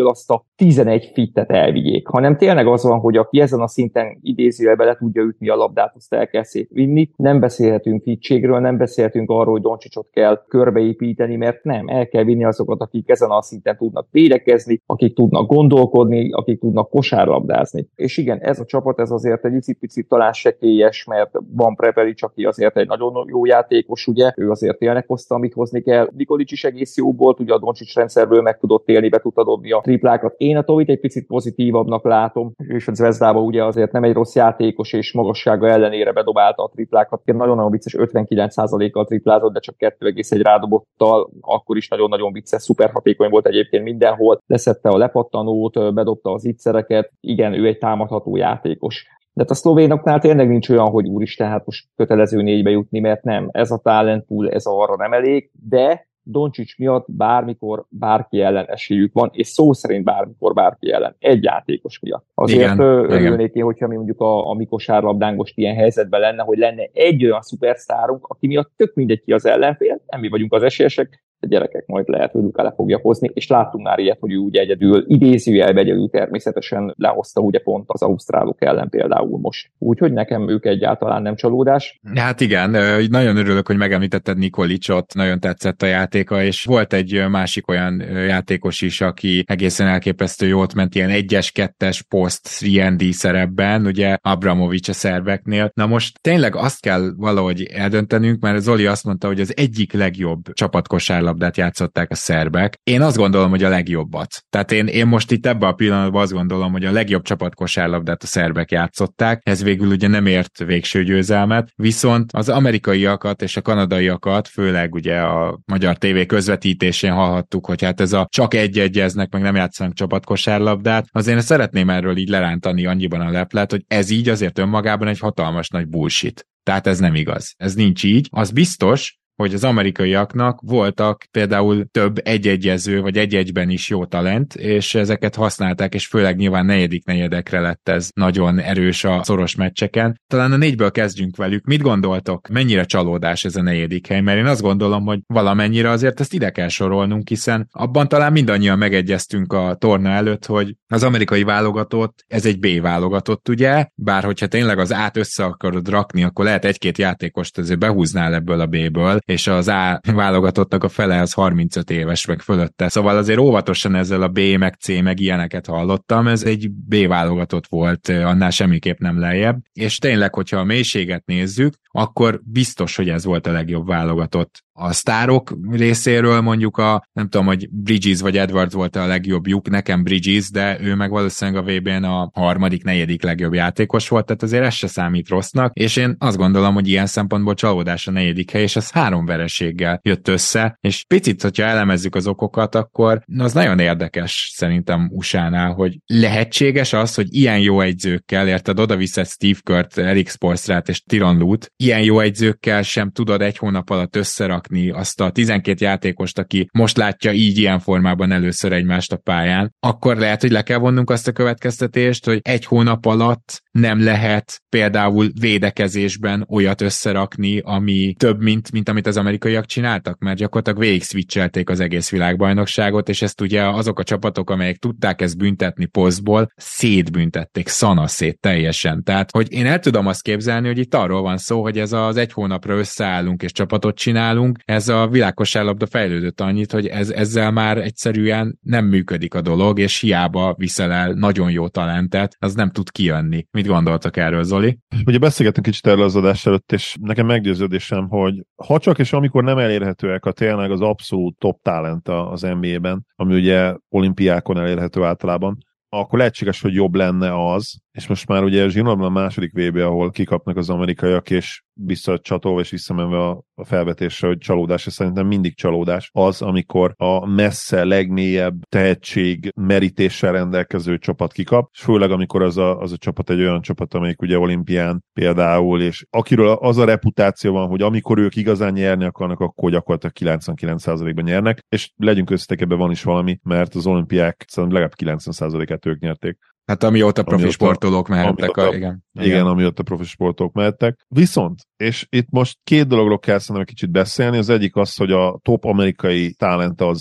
S4: ebből azt a tizenegy fittet elvigyék, hanem tényleg az van, hogy aki ezen a szinten idézőjelbe le tudja ütni a labdát, azt el kell szétvinni. Nem beszélhetünk fittségről, nem beszélhetünk arról, hogy Doncsicsot kell körbeépíteni, mert nem, el kell vinni azokat, akik ezen a szinten tudnak védekezni, akik tudnak gondolkodni, akik tudnak kosárlabdázni. És igen, ez a csapat, ez azért egy icipicit talán sekélyes, mert van Prepelic, aki azért egy nagyon jó játékos, ugye, ő azért tényleg hozta, amit hozni kell. Nikolic is egész jó volt, ugye a Doncsics rendszerből meg tudott élni, be tudta dobni a triplákat. Én a Tovit egy picit pozitívabbnak látom, és a Zvezdában ugye azért nem egy rossz játékos, és magassága ellenére bedobálta a triplákat. Nagyon-nagyon vicces, ötvenkilenc százalékkal triplázott, de csak kettő egész egy rádobottal, akkor is nagyon-nagyon vicces, szuper hatékony volt egyébként mindenhol. Leszette a lepattanót, bedobta az ittszereket. Igen, ő egy támadható játékos. De a szlovénoknál tényleg nincs olyan, hogy úristen, hát most kötelező négybe jutni, mert nem. Ez a talent pool, ez arra nem elég, de Doncsics miatt bármikor bárki ellen esélyük van, és szó szerint bármikor bárki ellen. Egy játékos miatt. Azért örülnék én, hogyha mi mondjuk a, a mi kosárlabdánk most ilyen helyzetben lenne, hogy lenne egy olyan szupersztárunk, aki miatt tök mindegy ki az ellenfél, nem mi vagyunk az esélyesek, a gyerekek majd lehet, hogy Luka le fogja hozni, és láttunk már ilyet, hogy ő ugye egyedül, idézőjelbe egyedül természetesen lehozta ugye pont az ausztrálok ellen például most. Úgyhogy nekem ők egyáltalán nem csalódás.
S2: Hát igen, nagyon örülök, hogy megemlítetted Nikolicsot, nagyon tetszett a játéka, és volt egy másik olyan játékos is, aki egészen elképesztő jót ment ilyen egyes, kettes poszt három and D szerepben, ugye Abramovics a szerbeknél. Na most tényleg azt kell valahogy eldöntenünk, mert Zoli azt mondta, hogy az egyik legjobb csapatkosárlabdát játszották a szerbek. Én azt gondolom, hogy a legjobbat. Tehát én, én most itt ebben a pillanatban azt gondolom, hogy a legjobb csapatkosárlabdát a szerbek játszották. Ez végül ugye nem ért végső győzelmet, viszont az amerikaiakat és a kanadaiakat, főleg ugye a magyar tévé közvetítésén hallhattuk, hogy hát ez a csak egy-egyeznek, meg nem játszanak csapatkosárlabdát. Azért szeretném erről így lerántani annyiban a leplet, hogy ez így azért önmagában egy hatalmas nagy bullshit. Tehát ez nem igaz. Ez nincs így. Az biztos, hogy az amerikaiaknak voltak például több egy-egyező, vagy egy-egyben is jó talent, és ezeket használták, és főleg nyilván negyedik negyedekre lett ez nagyon erős a szoros meccseken. Talán a négyből kezdjünk velük. Mit gondoltok? Mennyire csalódás ez a negyedik hely? Mert én azt gondolom, hogy valamennyire azért ezt ide kell sorolnunk, hiszen abban talán mindannyian megegyeztünk a torna előtt, hogy az amerikai válogatott, ez egy B válogatott, ugye? Bár hogyha tényleg az át össze akarod rakni, akkor lehet egy-két játékost azért behúznál ebből a B-ből, és az A válogatottnak a fele az harmincöt éves meg fölötte. Szóval azért óvatosan ezzel a B, meg C, meg ilyeneket hallottam, ez egy B válogatott volt, annál semmiképp nem lejjebb. És tényleg, hogyha a mélységet nézzük, akkor biztos, hogy ez volt a legjobb válogatott. A sztárok részéről mondjuk a, nem tudom, hogy Bridges vagy Edwards volt a legjobbjuk, nekem Bridges, de ő meg valószínűleg a vé bén a harmadik, negyedik legjobb játékos volt, tehát azért ez se számít rossznak, és én azt gondolom, hogy ilyen szempontból csalódás a negyedik hely, és ez három vereséggel jött össze, és picit, hogyha elemezzük az okokat, akkor az nagyon érdekes szerintem u es á-nál, hogy lehetséges az, hogy ilyen jó egyzőkkel, érted, oda viszed Steve Kert, Erik Spoelstrát és Tyronn Lue-t, ilyen jó egyzőkkel sem tudod egy hónap alatt összerakni azt a tizenkét játékost, aki most látja így ilyen formában először egymást a pályán, akkor lehet, hogy le kell vonnunk azt a következtetést, hogy egy hónap alatt nem lehet például védekezésben olyat összerakni, ami több, mint, mint amit az amerikaiak csináltak, mert gyakorlatilag végig switchelték az egész világbajnokságot, és ezt ugye azok a csapatok, amelyek tudták ezt büntetni posztból, szétbüntették, szanaszét teljesen. Tehát, hogy én el tudom azt képzelni, hogy itt arról van szó, hogy ez az egy hónapra összeállunk és csapatot csinálunk, ez a világkosárlabda fejlődött annyit, hogy ez, ezzel már egyszerűen nem működik a dolog, és hiába viszel el nagyon jó talentet, az nem tud kijönni. Mit gondoltak erről, Zoli?
S3: Ugye beszélgetünk kicsit erről az adás előtt, és nekem meggyőződésem, hogy ha csak és amikor nem elérhetőek a tényleg az abszolút top talent az en bé á-ben, ami ugye olimpiákon elérhető általában, akkor lehetséges, hogy jobb lenne az, és most már ugye zsinórban a második vé bé, ahol kikapnak az amerikaiak, és visszacsatolva és visszamenve a, a felvetésre, hogy csalódás, és szerintem mindig csalódás az, amikor a messze legmélyebb tehetség merítéssel rendelkező csapat kikap, és főleg amikor az a, az a csapat egy olyan csapat, amelyik ugye olimpián például, és akiről az a reputáció van, hogy amikor ők igazán nyerni akarnak, akkor gyakorlatilag kilencvenkilenc százalékban nyernek, és legyünk összetek, ebben van is valami, mert az olimpiák szerintem legalább kilencven százalékát ők nyerték.
S2: Hát amióta profi amióta, sportolók mehettek.
S3: Amióta,
S2: a, igen.
S3: igen, igen, amióta profi sportolók mehettek. Viszont, és itt most két dologról kell szerintem egy kicsit beszélni, az egyik az, hogy a top amerikai talent az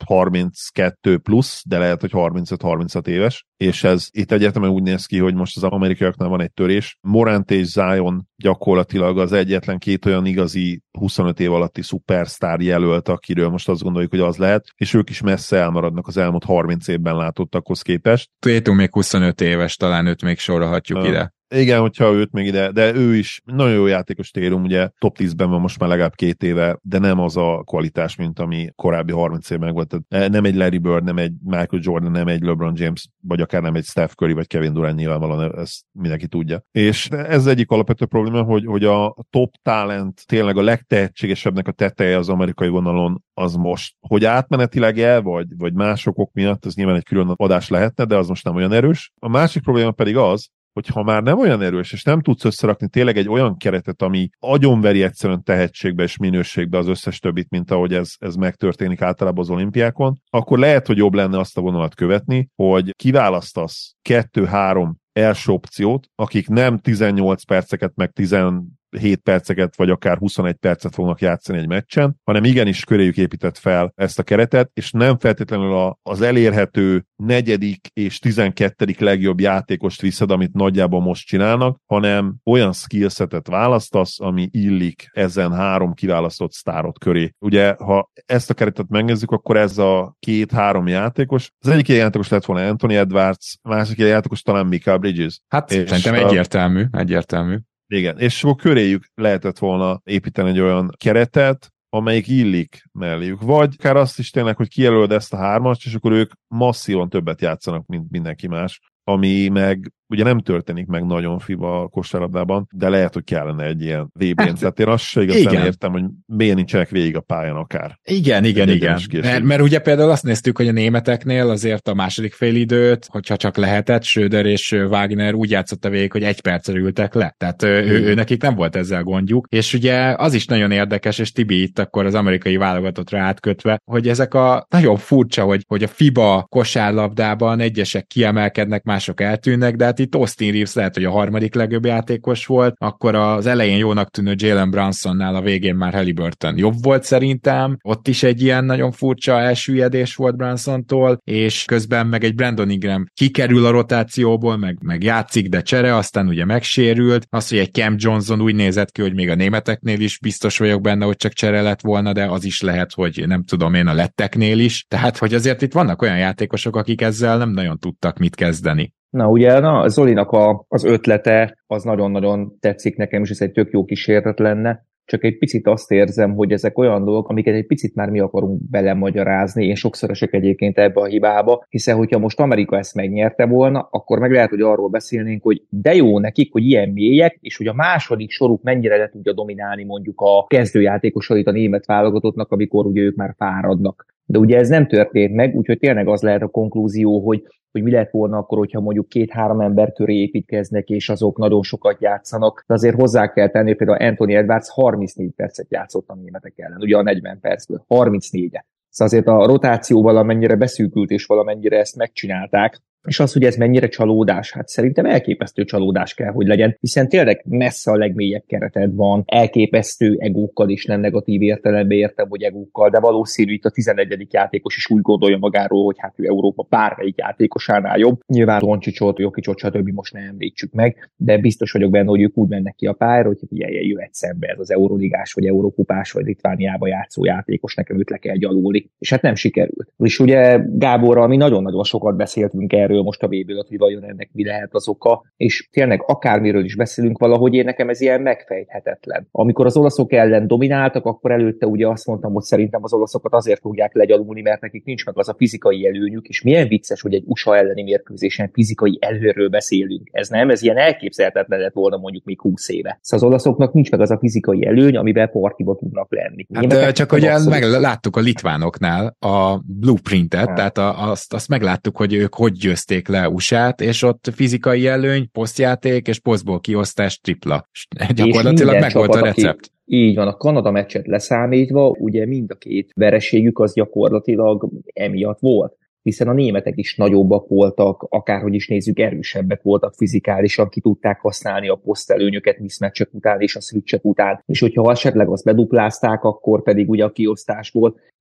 S3: harminckettő plusz, de lehet, hogy harmincöt-harminchat éves, és ez itt egyértelműen úgy néz ki, hogy most az amerikaiaknál van egy törés. Morant és Zion gyakorlatilag az egyetlen két olyan igazi huszonöt év alatti szupersztár jelölt, akiről most azt gondoljuk, hogy az lehet, és ők is messze elmaradnak az elmúlt harminc évben látottakhoz képest.
S2: Tatum még huszonöt éves, talán őt még sorolhatjuk uh, ide.
S3: Igen, hogyha őt még ide, de ő is nagyon jó játékos Tatum, ugye top tízben van most már legalább két éve, de nem az a kvalitás, mint ami korábbi harminc évben volt. Tehát nem egy Larry Bird, nem egy Michael Jordan, nem egy LeBron James, vagy akár nem egy Steph Curry, vagy Kevin Durant, nyilvánvalóan ezt mindenki tudja. És ez egyik alapvető probléma, hogy, hogy a top talent, tényleg a legtehetségesebbnek a teteje az amerikai vonalon az most. Hogy átmenetileg el, vagy, vagy más okok miatt, ez nyilván egy külön adás lehetne, de az most nem olyan erős. A másik probléma pedig az, hogy ha már nem olyan erős, és nem tudsz összerakni tényleg egy olyan keretet, ami agyonveri egyszerűen tehetségbe és minőségbe az összes többit, mint ahogy ez, ez megtörténik általában az olimpiákon, akkor lehet, hogy jobb lenne azt a vonalat követni, hogy kiválasztasz kettő-három első opciót, akik nem tizennyolc perceket, meg tizenhét perceket, vagy akár huszonegy percet fognak játszani egy meccsen, hanem igenis köréjük épített fel ezt a keretet, és nem feltétlenül a, az elérhető negyedik és tizenkettedik legjobb játékost viszed, amit nagyjából most csinálnak, hanem olyan skillsetet választasz, ami illik ezen három kiválasztott sztárot köré. Ugye, ha ezt a keretet megnézzük, akkor ez a két-három játékos, az egyik ilyen játékos lett volna Anthony Edwards, másik ilyen játékos talán Mikal Bridges.
S2: Hát szerintem egyértelmű, egyértelmű.
S3: Igen, és akkor köréjük lehetett volna építeni egy olyan keretet, amelyik illik melléjük. Vagy akár azt is tényleg, hogy kijelöled ezt a hármast, és akkor ők masszívan többet játszanak, mint mindenki más, ami meg ugye nem történik meg nagyon FIBA kosárlabdában, de lehet, hogy kellene egy ilyen vé bén. Hát, tehát én azt se igazán igen. értem, hogy miért nincsenek végig a pályán akár.
S2: Igen, igen, egy igen. Mert, mert ugye például azt néztük, hogy a németeknél azért a második félidőt, hogyha csak lehetett, Schröder és Wagner úgy játszotta végig, hogy egy percre ültek le. Tehát ő, ő, ő nekik nem volt ezzel gondjuk. És ugye az is nagyon érdekes, és Tibi itt akkor az amerikai válogatottra átkötve, hogy ezek a nagyon furcsa, hogy, hogy a FIBA kosárlabdában egyesek kiemelkednek, mások eltűnnek, de hát itt Austin Reeves lehet, hogy a harmadik legjobb játékos volt, akkor az elején jónak tűnő Jalen Brunsonnál a végén már Haliburton jobb volt szerintem, ott is egy ilyen nagyon furcsa elsüllyedés volt Brunsontól, és közben meg egy Brandon Ingram kikerül a rotációból, meg, meg játszik, de csere, aztán ugye megsérült, az, hogy egy Cam Johnson úgy nézett ki, hogy még a németeknél is biztos vagyok benne, hogy csak csere lett volna, de az is lehet, hogy nem tudom én a letteknél is, tehát hogy azért itt vannak olyan játékosok, akik ezzel nem nagyon tudtak mit kezdeni.
S4: Na ugye na, Zolinak a, az ötlete az nagyon-nagyon tetszik nekem, és ez egy tök jó kísérlet lenne, csak egy picit azt érzem, hogy ezek olyan dolgok, amiket egy picit már mi akarunk belemagyarázni, én sokszor esek egyébként ebbe a hibába, hiszen hogyha most Amerika ezt megnyerte volna, akkor meg lehet, hogy arról beszélnénk, hogy de jó nekik, hogy ilyen mélyek, és hogy a második soruk mennyire le tudja dominálni mondjuk a kezdőjátékosait a német válogatottnak, amikor ugye ők már fáradnak. De ugye ez nem történt meg, úgyhogy tényleg az lehet a konklúzió, hogy, hogy mi lett volna akkor, hogyha mondjuk két-három ember köré építkeznek, és azok nagyon sokat játszanak. De azért hozzá kell tenni, hogy például Anthony Edwards harmincnégy percet játszott a németek ellen, ugye a negyven percből, harmincnégyet. Szóval azért a rotáció valamennyire beszűkült, és valamennyire ezt megcsinálták. És az, hogy ez mennyire csalódás, hát szerintem elképesztő csalódás kell, hogy legyen, hiszen tényleg messze a legmélyebb kereted van, elképesztő egókkal is, nem negatív értelembe értem, hogy egókkal, de valószínű itt a tizenegyedik játékos is úgy gondolja magáról, hogy hát ő Európa bármelyik játékosánál jobb. Nyilván Doncsicsot, Jokicsot, stb. Most nem említsük meg, de biztos vagyok benne, hogy ők úgy mennek ki a pályára, hogy ilyen jöhet szembe ez az Euroligás, vagy Eurókupás, vagy Litvániába játszó játékos, nekem őt le kell gyalulni. És hát nem sikerült. És ugye Gáborral mi nagyon-nagyon sokat beszéltünk erről most a vé bé-ről, hogy vajon ennek mi lehet az oka, és tényleg akármiről is beszélünk, valahogy én nekem ez ilyen megfejthetetlen. Amikor az olaszok ellen domináltak, akkor előtte ugye azt mondtam, hogy szerintem az olaszokat azért fogják legyalulni, mert nekik nincs meg az a fizikai előnyük, és milyen vicces, hogy egy u es á elleni mérkőzésen fizikai előről beszélünk. Ez nem, ez ilyen elképzelhetetlen lett volna mondjuk még húsz éve. Szóval az olaszoknak nincs meg az a fizikai előny, amivel partiba tudnak lenni.
S2: Hát csak hogy megláttuk a litvánoknál a blueprintet, hát. tehát a, azt, azt megláttuk, hogy ők hogy győzték le u es á-t, és ott fizikai előny, posztjáték és posztból kiosztás tripla. Gyakorlatilag meg volt a recept.
S4: Így van, a Kanada meccset leszámítva, ugye mind a két vereségük az gyakorlatilag emiatt volt. Hiszen a németek is nagyobbak voltak, akárhogy is nézzük, erősebbek voltak fizikálisan, ki tudták használni a posztelőnyöket mismatchek után és a switchek után, és hogyha esetleg azt beduplázták, akkor pedig ugye a kiosztásból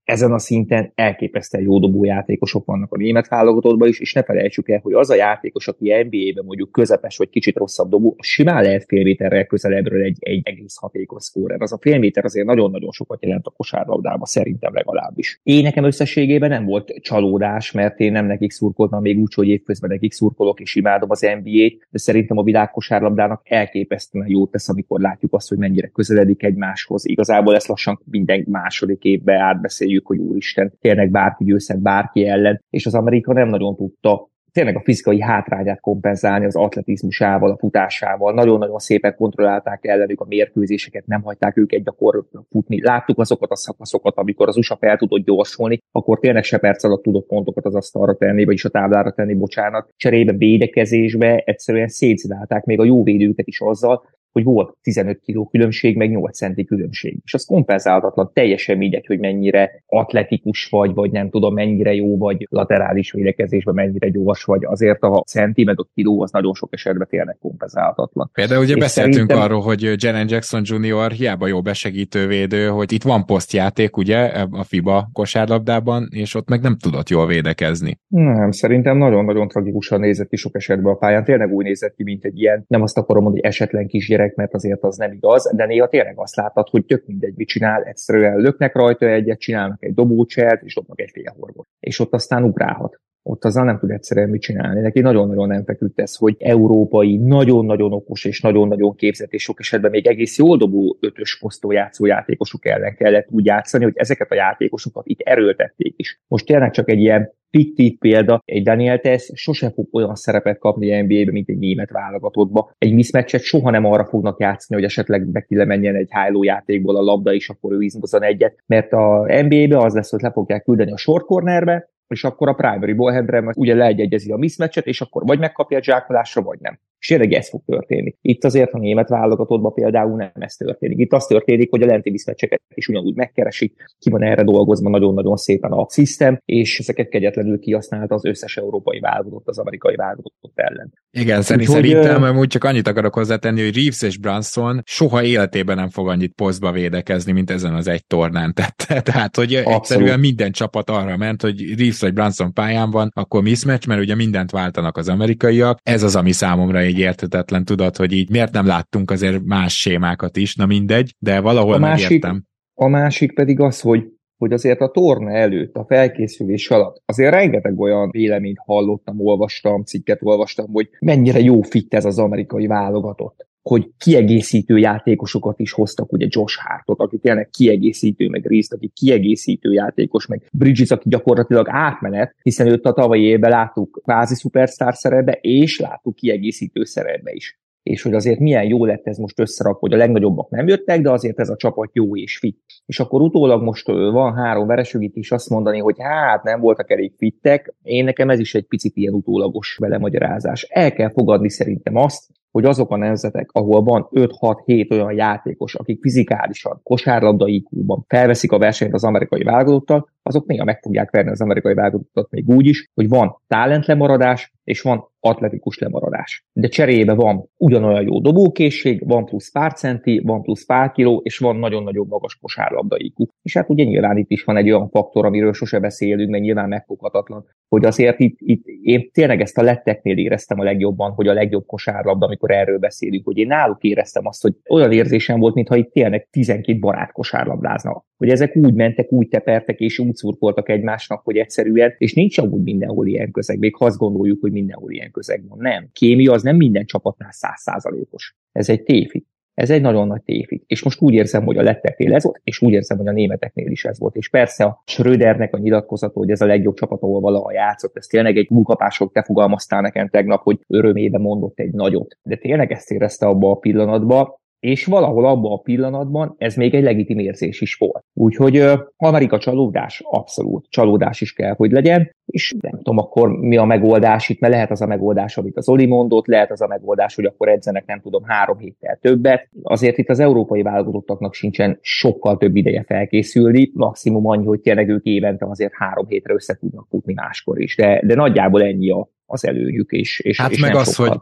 S5: ezen a szinten elképesztően jó dobójátékosok vannak a német válogatottban is, és ne felejtsük el, hogy az a játékos, aki en bé á-ben mondjuk közepes vagy kicsit rosszabb dobó, simán lehet fél méterrel közelebbről egy, egy egész hatékony szkórer. Az a fél méter azért nagyon-nagyon sokat jelent a kosárlabdában, szerintem legalábbis. Én nekem összességében nem volt csalódás, mert én nem nekik szurkoltam, még úgy, hogy évközben nekik szurkolok és imádom az en bé á-t, de szerintem a világ kosárlabdának elképesztően jót tesz, amikor látjuk azt, hogy mennyire közeledik egymáshoz. Igazából ezt lassan minden második évben átbeszéljük, hogy úristen, tényleg bárki győzhet bárki ellen, és az Amerika nem nagyon tudta tényleg a fizikai hátrányát kompenzálni az atletizmusával, a futásával. Nagyon-nagyon szépen kontrollálták ellenük a mérkőzéseket, nem hagyták őket gyakorlatilag futni. Láttuk azokat a szakaszokat, amikor az u es á fel tudott gyorsulni, akkor tényleg se perc alatt tudott pontokat az asztalra tenni, vagyis a táblára tenni, bocsánat. Cserébe védekezésbe egyszerűen szétszidálták még a jó védőket is azzal, hogy volt tizenöt kiló különbség, meg nyolc centi különbség. És az kompenzálhatatlan, teljesen mindegy, hogy mennyire atletikus vagy, vagy nem tudom, mennyire jó vagy laterális védekezésben, mennyire gyors vagy. Azért a centi, meg a kiló az nagyon sok esetben tényleg kompenzálhatatlan.
S2: Például ugye
S5: és
S2: beszéltünk
S5: szerintem...
S2: arról, hogy Jaren Jackson junior hiába jó besegítő védő, hogy itt van posztjáték, ugye, a FIBA kosárlabdában, és ott meg nem tudott jól védekezni.
S5: Nem, szerintem nagyon-nagyon tragikusan nézett ki sok esetben a pályán. Tényleg úgy nézett ki, mint egy ilyen, nem azt akarom mondani, hogy esetlen kisgyerek, mert azért az nem igaz, de néha tényleg azt látod, hogy tök mindegy, mit csinál, egyszerűen löknek rajta egyet, csinálnak egy dobócselt, és dobnak egy félhorgot. És ott aztán ugrálhat. Ott azzal nem tud egyszerűen mit csinálni. Neki nagyon-nagyon nem feküdt ez, hogy európai, nagyon-nagyon okos és nagyon-nagyon képzett, és sok esetben még egész jól dobó ötös posztó játszó játékosok ellen kellett úgy játszani, hogy ezeket a játékosokat itt erőltették is. Most tényleg csak egy ilyen fiktív példa, egy Daniel Tess sose fog olyan szerepet kapni en bé á-ben, mint egy német válogatottba. Egy mismatchet soha nem arra fognak játszani, hogy esetleg be ki lemenjen egy high-low játékból a labda, és akkor ő izmozzon egyet, mert a en bé á-ben az lesz, hogy le fogják küldeni a short cornerbe, és akkor a primary ballhandler ugye leegyegyezi a mismatchet, és akkor vagy megkapja a zsákolásra, vagy nem. És tényleg ez fog történni. Itt azért a német válogatottban például nem ez történik. Itt az történik, hogy a lenti mismatcheket is ugyanúgy megkeresik, ki van erre dolgozva nagyon-nagyon szépen a szisztem, és ezeket kegyetlenül kihasználta az összes európai válogatott az amerikai válogatott ellen.
S2: Igen, szerint,
S5: Úgyhogy,
S2: szerintem úgy csak annyit akarok hozzátenni, hogy Reeves és Brunson soha életében nem fog annyit posztba védekezni, mint ezen az egy tornán tette. Tehát, hogy abszolút. Egyszerűen minden csapat arra ment, hogy Reeves vagy Brunson pályán van, akkor mismatch, mert ugye mindent váltanak az amerikaiak. Ez az, ami számomra így érthetetlen, tudod, hogy így miért nem láttunk azért más sémákat is, na mindegy, de valahol
S5: a másik,
S2: megértem.
S5: A másik pedig az, hogy hogy azért a torna előtt, a felkészülés alatt azért rengeteg olyan véleményt hallottam, olvastam, cikket olvastam, hogy mennyire jó fit ez az amerikai válogatott, hogy kiegészítő játékosokat is hoztak, ugye Josh Hartot, aki tényleg kiegészítő, meg Reeves, aki kiegészítő játékos, meg Bridges, aki gyakorlatilag átmenet, hiszen őt a tavalyi évben láttuk kvázi szupersztár szerepbe, és láttuk kiegészítő szerepbe is. És hogy azért milyen jó lett ez most összerakva, hogy a legnagyobbak nem jöttek, de azért ez a csapat jó és fit. És akkor utólag most van három veresőgit is azt mondani, hogy hát nem voltak elég fittek, én nekem ez is egy picit ilyen utólagos belemagyarázás. El kell fogadni szerintem azt, hogy azok a nemzetek, ahol van öt-hat-hét olyan játékos, akik fizikálisan, kosárlabda í kúban felveszik a versenyt az amerikai válogatottal, azok néha meg fogják verni az amerikai válogatottat még úgy is, hogy van talent lemaradás, és van atletikus lemaradás. De cserébe van ugyanolyan jó dobókészség, van plusz pár centi, van plusz pár kiló, és van nagyon-nagyon magas kosárlabda í kú. És hát ugye nyilván itt is van egy olyan faktor, amiről sose beszélünk, mert nyilván megfoghatatlan, hogy azért itt, itt én tényleg ezt a letteknél éreztem a legjobban, hogy a legjobb kosárlabda, amikor erről beszélünk, hogy én náluk éreztem azt, hogy olyan érzésem volt, mintha itt tényleg tizenkét barát kosárlabdáznak. Hogy ezek úgy mentek, úgy tepertek, és úgy szurkoltak egymásnak, hogy egyszerűen, és nincs amúgy mindenhol ilyen közeg, még ha azt gondoljuk, hogy mindenhol ilyen közeg van. Nem. Kémia az nem minden csapatnál száz százalékos. Ez egy tévhit. Ez egy nagyon nagy tévhit. És most úgy érzem, hogy a letteknél ez volt, és úgy érzem, hogy a németeknél is ez volt. És persze a Schrödernek a nyilatkozata, hogy ez a legjobb csapat, ahol valaha játszott, ez tényleg egy munkapások, te fogalmaztál nekem tegnap, hogy örömében mondott egy nagyot. De tényleg ezt érezte abba a pillanatban, és valahol abban a pillanatban ez még egy legitim érzés is volt. Úgyhogy uh, Amerika csalódás, abszolút csalódás is kell, hogy legyen, és nem tudom akkor mi a megoldás itt, mert lehet az a megoldás, amit az Oli mondott, lehet az a megoldás, hogy akkor edzenek nem tudom három héttel többet. Azért itt az európai válogatottaknak sincsen sokkal több ideje felkészülni, maximum annyi, hogy tényleg ők évente azért három hétre össze tudnak futni máskor is, de, de nagyjából ennyi a, az előnyük, és, és,
S2: hát
S5: és
S2: meg
S5: nem
S2: az,
S5: sokkal
S2: hogy...
S5: több.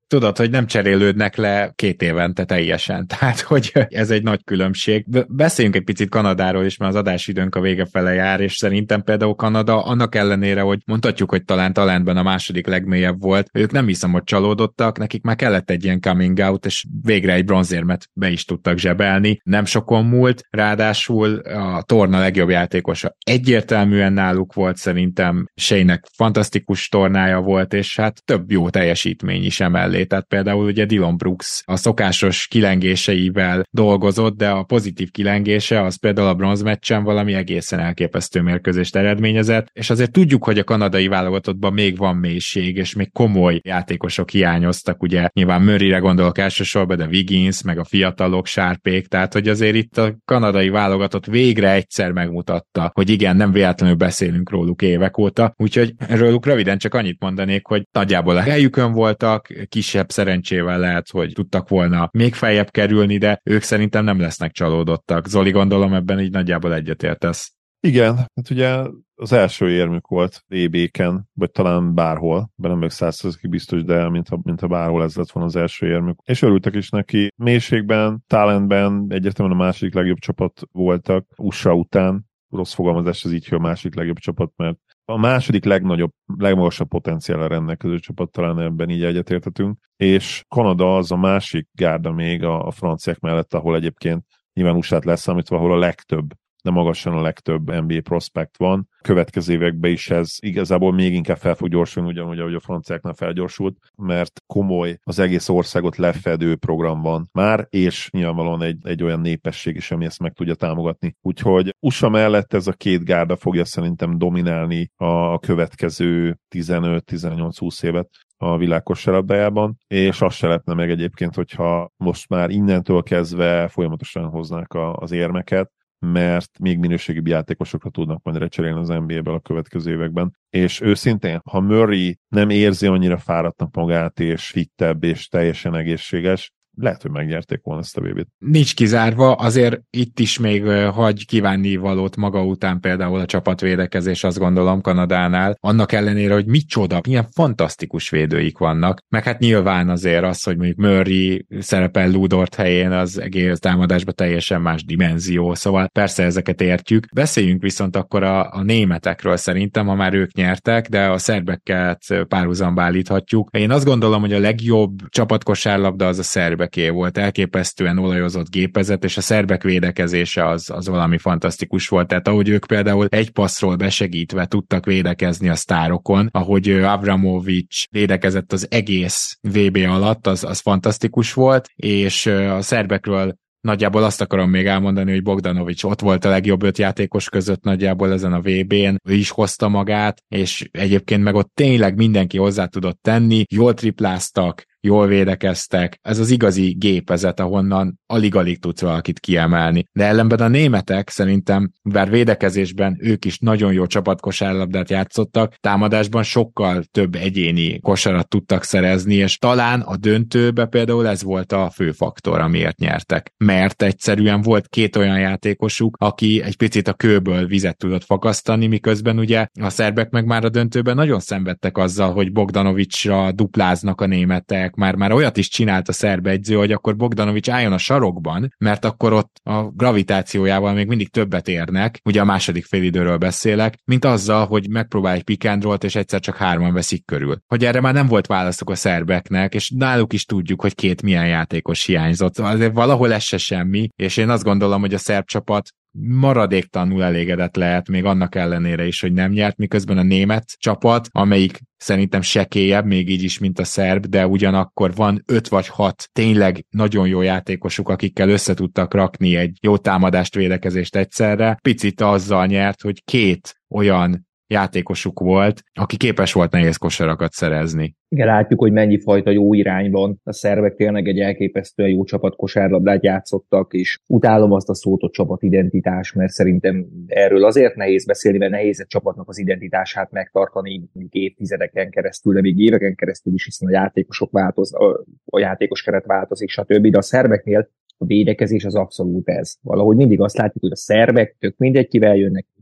S2: tudod, hogy nem cserélődnek le két évente teljesen, tehát hogy ez egy nagy különbség. Beszéljünk egy picit Kanadáról is, mert az adásidőnk a vége fele jár, és szerintem például Kanada annak ellenére, hogy mondhatjuk, hogy talán talentben a második legmélyebb volt, ők nem hiszem, hogy csalódottak, nekik már kellett egy ilyen coming out, és végre egy bronzérmet be is tudtak zsebelni, nem sokon múlt, ráadásul a torna legjobb játékosa egyértelműen náluk volt, szerintem Shane-nek fantasztikus tornája volt, és hát több jó teljesítmény is emellé, tehát például ugye Dillon Brooks a szokásos kilengéseivel dolgozott, de a pozitív kilengése az például a bronzmeccsen valami egészen elképesztő mérkőzést eredményezett, és azért tudjuk, hogy a kanadai válogatottban még van mélység, és még komoly játékosok hiányoztak, ugye nyilván Murrayre gondolok elsősorban, de Wiggins, meg a fiatalok, Sharpék, tehát hogy azért itt a kanadai válogatott végre egyszer megmutatta, hogy igen, nem véletlenül beszélünk róluk évek óta, úgyhogy róluk röviden csak annyit mondanék, hogy nagyjából a helyükön voltak, kisebb szerencsével lehet, hogy tudtak volna még feljebb kerülni, de ők szerintem nem lesznek csalódottak. Zoli, gondolom ebben így nagyjából egyetértesz.
S3: Igen, hát ugye az első érmük volt vé bé-ken, vagy talán bárhol, be nem vagyok százszerzékig biztos, de mintha, mintha bárhol ez lett volna az első érmük. És örültek is neki. Mélységben, talentben egyértelműen a második legjobb csapat voltak, u es á után. Rossz fogalmazás, ez így, hogy a második legjobb csapat, mert a második legnagyobb, legmagasabb potenciállal rendelkező csapat, talán ebben így egyetértetünk. És Kanada az a másik gárda még a, a franciák mellett, ahol egyébként nyilván u es á-t leszámítva, ahol a legtöbb, de magasan a legtöbb en bé á prospekt van. Következő években is ez igazából még inkább fel fog gyorsulni, ugyanúgy, ahogy a franciáknál felgyorsult, mert komoly, az egész országot lefedő program van már, és nyilvánvalóan egy, egy olyan népesség is, ami ezt meg tudja támogatni. Úgyhogy u es á mellett ez a két gárda fogja szerintem dominálni a következő tizenöt tizennyolc húsz évet a világ kosárlabdájában, és azt se lehetne meg egyébként, hogyha most már innentől kezdve folyamatosan hoznák a, az érmeket, mert még minőségibb játékosokra tudnak majd recserélni az en bé á-ben a következő években. És őszintén, ha Murray nem érzi annyira fáradtnak magát, és fittebb, és teljesen egészséges, lehet, hogy megnyerték volna ezt a bé bét.
S2: Nincs kizárva, azért itt is még hagy kívánni valót maga után például a csapatvédekezés, azt gondolom Kanadánál, annak ellenére, hogy micsoda, milyen fantasztikus védőik vannak, meg hát nyilván azért az, hogy mondjuk Murray szerepel Lou Dort helyén, az egész támadásban teljesen más dimenzió, szóval persze ezeket értjük. Beszéljünk viszont akkor a, a németekről szerintem, ha már ők nyertek, de a szerbeket párhuzamba állíthatjuk. Én azt gondolom, hogy a legjobb csapatkosárlabda az a szerbek volt, elképesztően olajozott gépezet, és a szerbek védekezése az, az valami fantasztikus volt, tehát ahogy ők például egy passzról besegítve tudtak védekezni a sztárokon, ahogy Avramovic védekezett az egész vé bé alatt, az, az fantasztikus volt, és a szerbekről nagyjából azt akarom még elmondani, hogy Bogdanovic ott volt a legjobb öt játékos között nagyjából ezen a vé bén, ő is hozta magát, és egyébként meg ott tényleg mindenki hozzá tudott tenni, jól tripláztak, jól védekeztek, ez az igazi gépezet, ahonnan alig-alig tudsz valakit kiemelni. De ellenben a németek szerintem, bár védekezésben ők is nagyon jó csapatkosárlabdát játszottak, támadásban sokkal több egyéni kosarat tudtak szerezni, és talán a döntőbe például ez volt a fő faktor, amiért nyertek. Mert egyszerűen volt két olyan játékosuk, aki egy picit a kőből vizet tudott fakasztani, miközben ugye a szerbek meg már a döntőben nagyon szenvedtek azzal, hogy Bogdanovicra dupláznak a németek, már, már olyat is csinált a szerb edző, hogy akkor Bogdanovic álljon a sarokban, mert akkor ott a gravitációjával még mindig többet érnek, ugye a második félidőről beszélek, mint azzal, hogy megpróbálj pick and roll-t, és egyszer csak hárman veszik körül. Hogy erre már nem volt válaszok a szerbeknek, és náluk is tudjuk, hogy két milyen játékos hiányzott. Azért valahol ez se semmi, és én azt gondolom, hogy a szerb csapat maradéktalanul elégedett lehet, még annak ellenére is, hogy nem nyert, miközben a német csapat, amelyik szerintem sekélyebb, még így is, mint a szerb, de ugyanakkor van öt vagy hat tényleg nagyon jó játékosuk, akikkel össze tudtak rakni egy jó támadást, védekezést egyszerre. Picit azzal nyert, hogy két olyan játékosuk volt, aki képes volt nehéz kosarakat szerezni.
S5: Igen, látjuk, hogy mennyi fajta jó irányban. A szerbek tényleg egy elképesztően jó csapat kosárlabdát játszottak, és utálom azt a szót, hogy csapatidentitás, mert szerintem erről azért nehéz beszélni, mert nehéz egy csapatnak az identitását megtartani évtizedeken keresztül, de még éveken keresztül is, hiszen a játékosok változ, a játékos keret változik, stb. De a szerbeknél a védekezés az abszolút ez. Valahogy mindig azt látjuk, hogy a szerbek tök mindegy, kivel jönnek,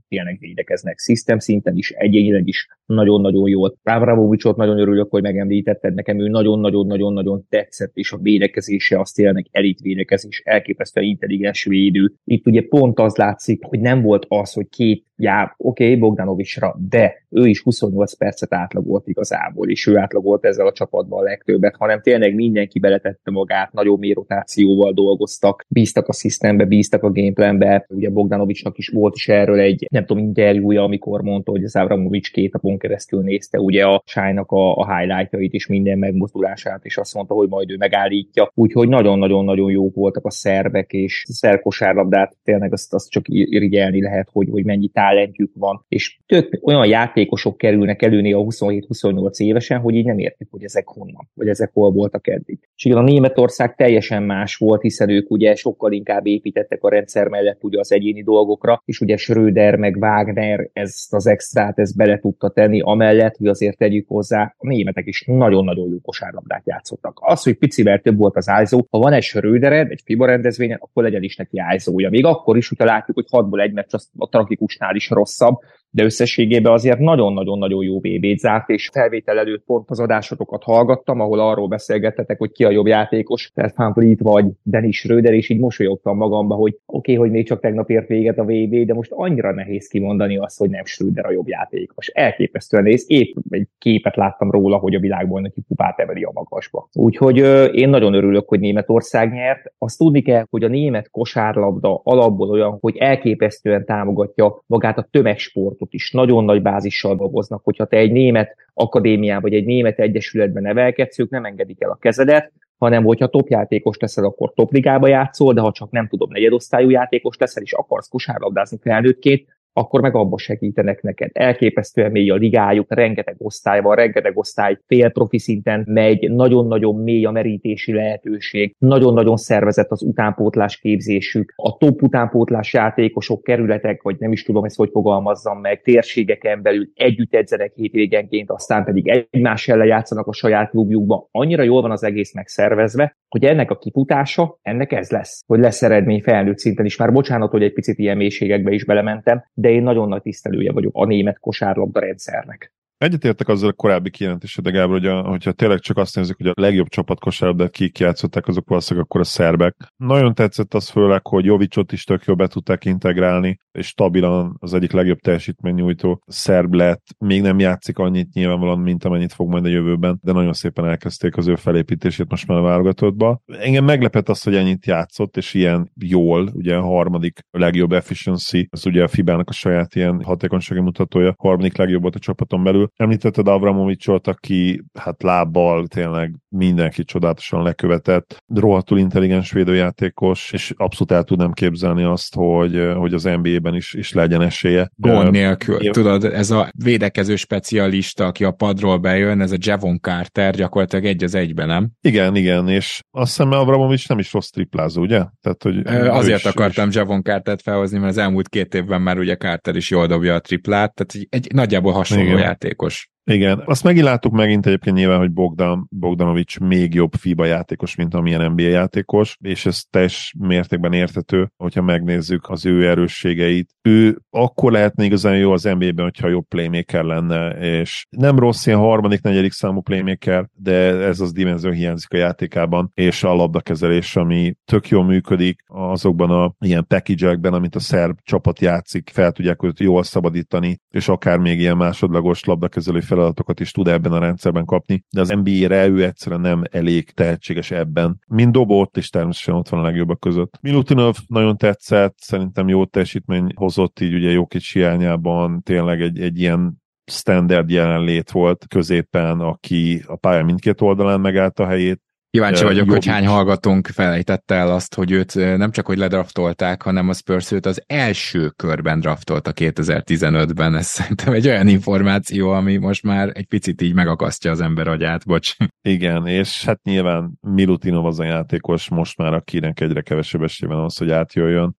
S5: tényleg védekeznek. System szinten is, egyénileg is nagyon-nagyon jól. Avramovicsot nagyon örülök, hogy megemlítetted, nekem ő nagyon-nagyon-nagyon-nagyon tetszett, és a védekezése az tényleg elit védekezés, elképesztően intelligens védő. Itt ugye pont az látszik, hogy nem volt az, hogy két já, oké, okay, Bogdanovicsra, de ő is huszonnyolc percet átlagolt igazából, és ő átlagolt ezzel a csapatban a legtöbbet, hanem tényleg mindenki beletette magát, nagyon mély rotációval dolgoztak, bíztak a systembe, bíztak a gameplanbe, ugye Bogdanovicsnak is volt is erről egy, nem tudom, interjúja, amikor mondta, hogy az Avramovics két napon keresztül nézte ugye a Shy-nak a, a highlightjait és minden megmozdulását, és azt mondta, hogy majd ő megállítja, úgyhogy nagyon-nagyon-nagyon jók voltak a szerbek, és szerb kosárlabdát tényleg azt, azt csak irigyelni lehet, hogy, hogy mennyi talentjük van, és tök olyan játékosok kerülnek elő a huszonhét-huszonnyolc évesen, hogy így nem értik, hogy ezek honnan, vagy ezek hol voltak eddig. És igen, a Németország teljesen más volt, hiszen ők ugye sokkal inkább építettek a rendszer mellett ugye az egyéni dolgokra, és ugye Schröder meg Wagner ezt az extrát, ezt bele tudta tenni, amellett, hogy azért tegyük hozzá, a németek is nagyon-nagyon jó kosárlabdát játszottak. Az, hogy picivel több volt az i es o, ha van egy Schrödered, egy FIBA rendezvényen, akkor legyen is neki i es o-ja. Még akkor is, hogyha látjuk, hogy hatból egy meccs a tragikusnál is rosszabb, de összességében azért nagyon-nagyon-nagyon jó bé bét zárt, és felvétel előtt pont az adásotokat hallgattam, ahol arról beszélgettetek, hogy ki a jobb játékos, tehát Van Vliet vagy Dennis Schröder, és így mosolyogtam magamba, hogy oké, okay, hogy még csak tegnap ért véget a vé bé, de most annyira nehéz kimondani azt, hogy nem Schröder a jobb játékos. Elképesztően néz, épp egy képet láttam róla, hogy a világbajnoki kupát emeli a magasba. Úgyhogy ö, én nagyon örülök, hogy Németország nyert. Azt tudni kell, hogy a német kosárlabda alapból olyan, hogy elképesztően támogatja magát a tömegsportot is, nagyon nagy bázissal dolgoznak, hogyha te egy német akadémián vagy egy német egyesületben nevelkedsz, ők nem engedik el a kezedet, hanem hogyha topjátékos leszel, akkor topligába játszol, de ha csak nem tudom, negyedosztályú játékos leszel, és akarsz kosárlabdázni felnőttként, akkor meg abba segítenek neked. Elképesztően mély a ligájuk, rengeteg osztály van, rengeteg osztály fél profi szinten megy, nagyon-nagyon mély a merítési lehetőség, nagyon-nagyon szervezett az utánpótlás képzésük, a top utánpótlás játékosok, kerületek, vagy nem is tudom ezt, hogy fogalmazzam meg, térségeken belül együtt edzenek hétvégenként, aztán pedig egymás ellen játszanak a saját klubjukban. Annyira jól van az egész megszervezve, hogy ennek a kifutása, ennek ez lesz, hogy lesz eredmény felnőtt szinten is. Már bocsánat, hogy egy picit ilyen mélységekbe is belementem, de én nagyon nagy tisztelője vagyok a német kosárlabda rendszernek.
S3: Egyetértek azzal a korábbi kijelentésedre, Gábor, hogy a, hogyha tényleg csak azt nézzük, hogy a legjobb csapat kosárlabdát kik játszották, azok valószínűleg akkor a szerbek. Nagyon tetszett az főleg, hogy Jovicsot is tök jól be tudták integrálni, és stabilan az egyik legjobb teljesítménynyújtó szerb lett. Még nem játszik annyit nyilvánvalóan, mint amennyit fog majd a jövőben, de nagyon szépen elkezdték az ő felépítését most már a válogatottba. Engem meglepett az, hogy ennyit játszott, és ilyen jól, ugye a harmadik legjobb efficiency, az ugye a fibának a saját ilyen hatékonysági mutatója, a harmadik legjobb volt a csapaton belül. Említetted Avramovicsot, aki hát lábbal tényleg mindenki csodálatosan lekövetett, rohadtul intelligens védőjátékos, és abszolút el tudnám képzelni azt, hogy, hogy az en bé á-ben is, is legyen esélye.
S2: Gond nélkül. Uh, Tudod, ez a védekező specialista, aki a padról bejön, ez a Javon Carter, gyakorlatilag egy az egyben, nem?
S3: Igen, igen, és azt hiszem, Avramovics nem is rossz triplázó, ugye? Tehát, hogy
S2: uh, azért is, akartam is... Javon Cartert felhozni, mert az elmúlt két évben már ugye Carter is jól dobja a triplát, tehát egy, egy nagyjából hasonló igen. játékos.
S3: Igen, azt megint láttuk megint egyébként nyilván, hogy Bogdan, Bogdanovics még jobb FIBA játékos, mint amilyen en bé á játékos, és ez teljes mértékben érthető, hogyha megnézzük az ő erősségeit. Ő akkor lehetne igazán jó az en bé á-ben, hogyha jobb playmaker lenne, és nem rossz ilyen harmadik, negyedik számú playmaker, de ez az dimenzió hiányzik a játékában, és a labdakezelés, ami tök jól működik azokban a ilyen package-ekben, amit a szerb csapat játszik, fel tudják őt jól szabadítani, és akár még ilyen másodlagos labdakezelő feladatokat is tud ebben a rendszerben kapni, de az en bé á-re ő egyszerűen nem elég tehetséges ebben. Mind dobott, és természetesen ott van a legjobbak között. Milutinov nagyon tetszett, szerintem jó teljesítmény hozott így ugye Jokic hiányában, tényleg egy, egy ilyen standard jelenlét volt középen, aki a pálya mindkét oldalán megállt a helyét.
S2: Kíváncsi vagyok, hogy hány hallgatónk felejtette el azt, hogy őt nem csak hogy ledraftolták, hanem a Spurs őt az első körben draftolta kétezer-tizenötben. Ez szerintem egy olyan információ, ami most már egy picit így megakasztja az ember agyát, bocs.
S3: Igen, és hát nyilván Milutinov az a játékos most már, akinek egyre kevesebb esélye van az, hogy átjöjjön.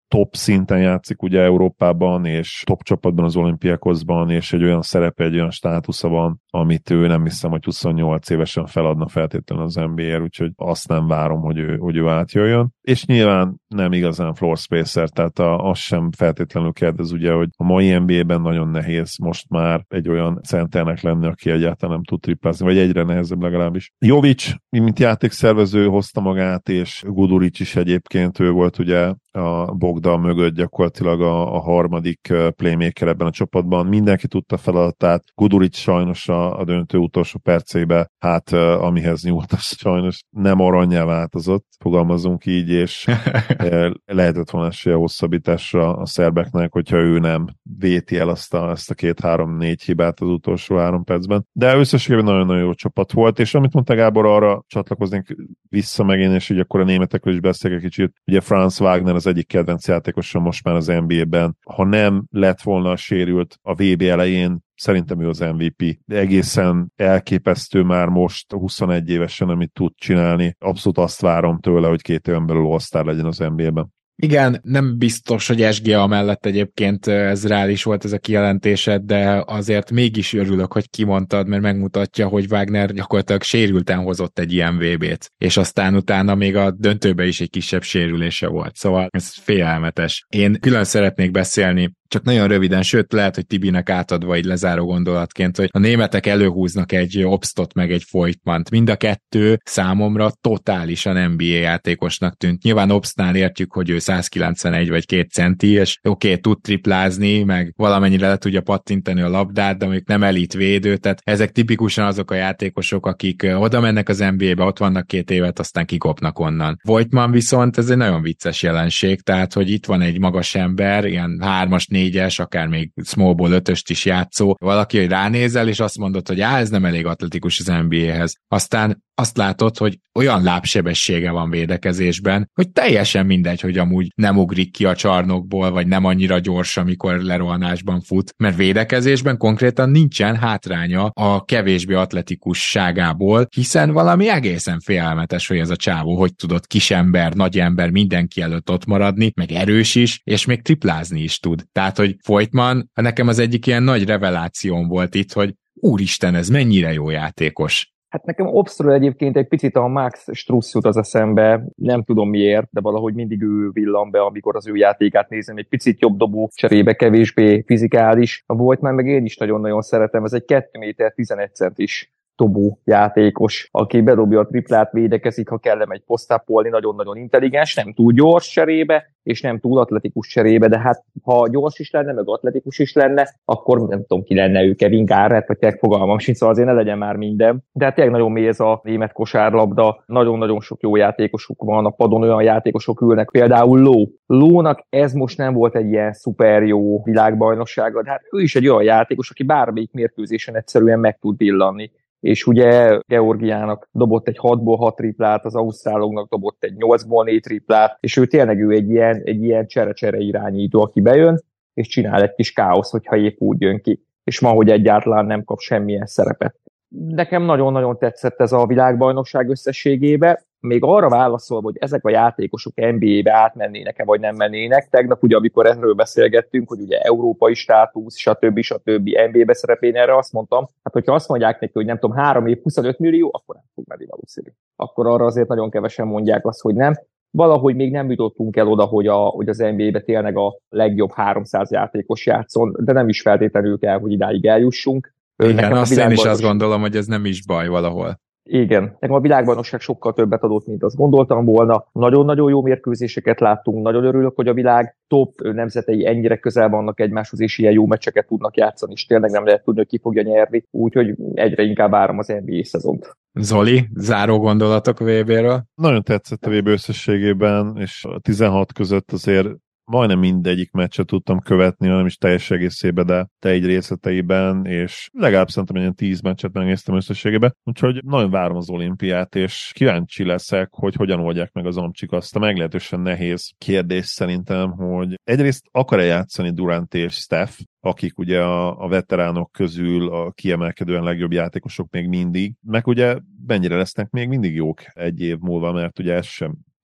S3: top szinten játszik ugye Európában, és top csapatban az Olympiakosban, és egy olyan szerepe, egy olyan státusza van, amit ő nem hiszem, hogy huszonnyolc évesen feladna feltétlenül az en bé á-r, úgyhogy azt nem várom, hogy ő, hogy ő átjöjjön. És nyilván nem igazán floor spacer, tehát a, az sem feltétlenül kérdez, ugye, hogy a mai en bé á-ben nagyon nehéz most már egy olyan centernek lenni, aki egyáltalán nem tud triplázni, vagy egyre nehezebb legalábbis. Jovic, mint játékszervező hozta magát, és Guduric is egyébként, ő volt ugye a Bogdan mögött gyakorlatilag a, a harmadik playmaker ebben a csapatban. Mindenki tudta feladatát. Guduric sajnos a, a döntő utolsó percébe, hát amihez nyúlt, az sajnos nem aranyjá változott, fogalmazunk így, és lehetett volna esélye hosszabbításra a szerbeknek, hogyha ő nem véti el azt a, ezt a két-három-négy hibát az utolsó három percben. De összességében nagyon-nagyon jó csapat volt, és amit mondta Gábor, arra csatlakoznék vissza megint, és így akkor a németekről is beszélek egy kicsit. Ugye Franz Wagner az egyik kedvenc játékosa most már az en bé á-ben. Ha nem lett volna sérült a vé bé elején, szerintem ő az em vé pé. De egészen elképesztő már most huszonegy évesen, amit tud csinálni. Abszolút azt várom tőle, hogy két éven belül all-star legyen az en bé á-ben.
S2: Igen, nem biztos, hogy es gé á mellett egyébként ez reális volt ez a kijelentésed, de azért mégis örülök, hogy kimondtad, mert megmutatja, hogy Wagner gyakorlatilag sérülten hozott egy ilyen vé bét, és aztán utána még a döntőben is egy kisebb sérülése volt, szóval ez félelmetes. Én külön szeretnék beszélni, csak nagyon röviden, sőt lehet, hogy Tibinek átadva egy lezáró gondolatként, hogy a németek előhúznak egy Obstot meg egy Voigtmannt. Mind a kettő számomra totálisan en bé á játékosnak tűnt. Nyilván Obstnál értjük, hogy ő száz kilencvenegy vagy két centi, és oké, okay, tud triplázni, meg valamennyire le tudja pattintani a labdát, de mondjuk nem elit védő, tehát ezek tipikusan azok a játékosok, akik oda mennek az en bé á-be, ott vannak két évet, aztán kikopnak onnan. Voigtmann viszont ez egy nagyon vicces jelenség, tehát hogy itt van egy magas ember, ilyen hármas, négyes, akár még smallból ötöst is játszó, valaki, hogy ránézel, és azt mondod, hogy á, ez nem elég atletikus az en bé á-hez. Aztán azt látod, hogy olyan lábsebessége van védekezésben, hogy teljesen mindegy, hogy amúgy nem ugrik ki a csarnokból, vagy nem annyira gyors, amikor lerohanásban fut, mert védekezésben konkrétan nincsen hátránya a kevésbé atletikusságából, hiszen valami egészen félelmetes, hogy ez a csávó, hogy tudott kisember, nagy ember mindenki előtt ott maradni, meg erős is, és még triplázni is tud. Tehát, hogy Voigtmann, nekem az egyik ilyen nagy revelációm volt itt, hogy úristen, ez mennyire jó játékos.
S5: Hát nekem Obstről egyébként egy picit a Max Struss jut az eszembe, nem tudom miért, de valahogy mindig ő villan be, amikor az ő játékát nézem, egy picit jobb dobó cserébe, kevésbé fizikális. A Voigtmann meg én is nagyon-nagyon szeretem, ez egy két méter tizenegy centis dobó játékos, aki bedobja a triplát, védekezik, ha kell, egy posztápolni, nagyon-nagyon intelligens, nem túl gyors cserébe, és nem túl atletikus cserébe, de hát ha gyors is lenne, meg atletikus is lenne, akkor nem tudom, ki lenne ő, Kevin Garrett, vagy tényleg fogalmam sincs, szóval azért ne legyen már minden. De hát tényleg nagyon mély ez a német kosárlabda, nagyon-nagyon sok jó játékosuk van, a padon olyan játékosok ülnek, például Ló. Lónak ez most nem volt egy ilyen szuper jó világbajnoksága, de hát ő is egy olyan játékos, aki bármelyik mérkőzésen egyszerűen meg tud villanni. És ugye Georgiának dobott egy hatból hat triplát, az ausztráloknak dobott egy nyolcból négy triplát, és ő tényleg ő egy ilyen, egy ilyen csere-csere irányító, aki bejön, és csinál egy kis káosz, hogyha épp úgy jön ki. És ma, hogy egyáltalán nem kap semmilyen szerepet. Nekem nagyon-nagyon tetszett ez a világbajnokság összességébe, még arra válaszol, hogy ezek a játékosok en bé á-be átmennének-e, vagy nem mennének. Tegnap ugye, amikor erről beszélgettünk, hogy ugye európai státusz, stb. stb. en bé á-be szerepén, erre azt mondtam, hát hogyha azt mondják neki, hogy nem tudom, három év huszonöt millió, akkor nem fog menni valószínű. Akkor arra azért nagyon kevesen mondják azt, hogy nem. Valahogy még nem jutottunk el oda, hogy, a, hogy az en bé á-be tényleg a legjobb háromszáz játékos játszon, de nem is feltétlenül kell, hogy idáig eljussunk.
S2: Igen, azt én is azt gondolom, hogy ez nem is baj valahol.
S5: Igen, nekem a világbajnokság sokkal többet adott, mint azt gondoltam volna. Nagyon-nagyon jó mérkőzéseket láttunk, nagyon örülök, hogy a világ top nemzetei ennyire közel vannak egymáshoz, és ilyen jó meccseket tudnak játszani, és tényleg nem lehet tudni, hogy ki fogja nyerni, úgyhogy egyre inkább várom az en bé á szezont.
S2: Zoli, záró gondolatok a vé béről?
S3: Nagyon tetszett a vé bé összességében, és a tizenhat között azért majdnem mindegyik meccset tudtam követni, nem is teljes egészében, de te egy részleteiben, és legalább szerintem ilyen tíz meccset megnéztem összességében, úgyhogy nagyon várom az olimpiát, és kíváncsi leszek, hogy hogyan oldják meg az amcsik azt a meglehetősen nehéz kérdés szerintem, hogy egyrészt akar-e játszani Durant és Steph, akik ugye a, a veteránok közül a kiemelkedően legjobb játékosok még mindig, meg ugye mennyire lesznek még mindig jók egy év múlva, mert ugye ez sem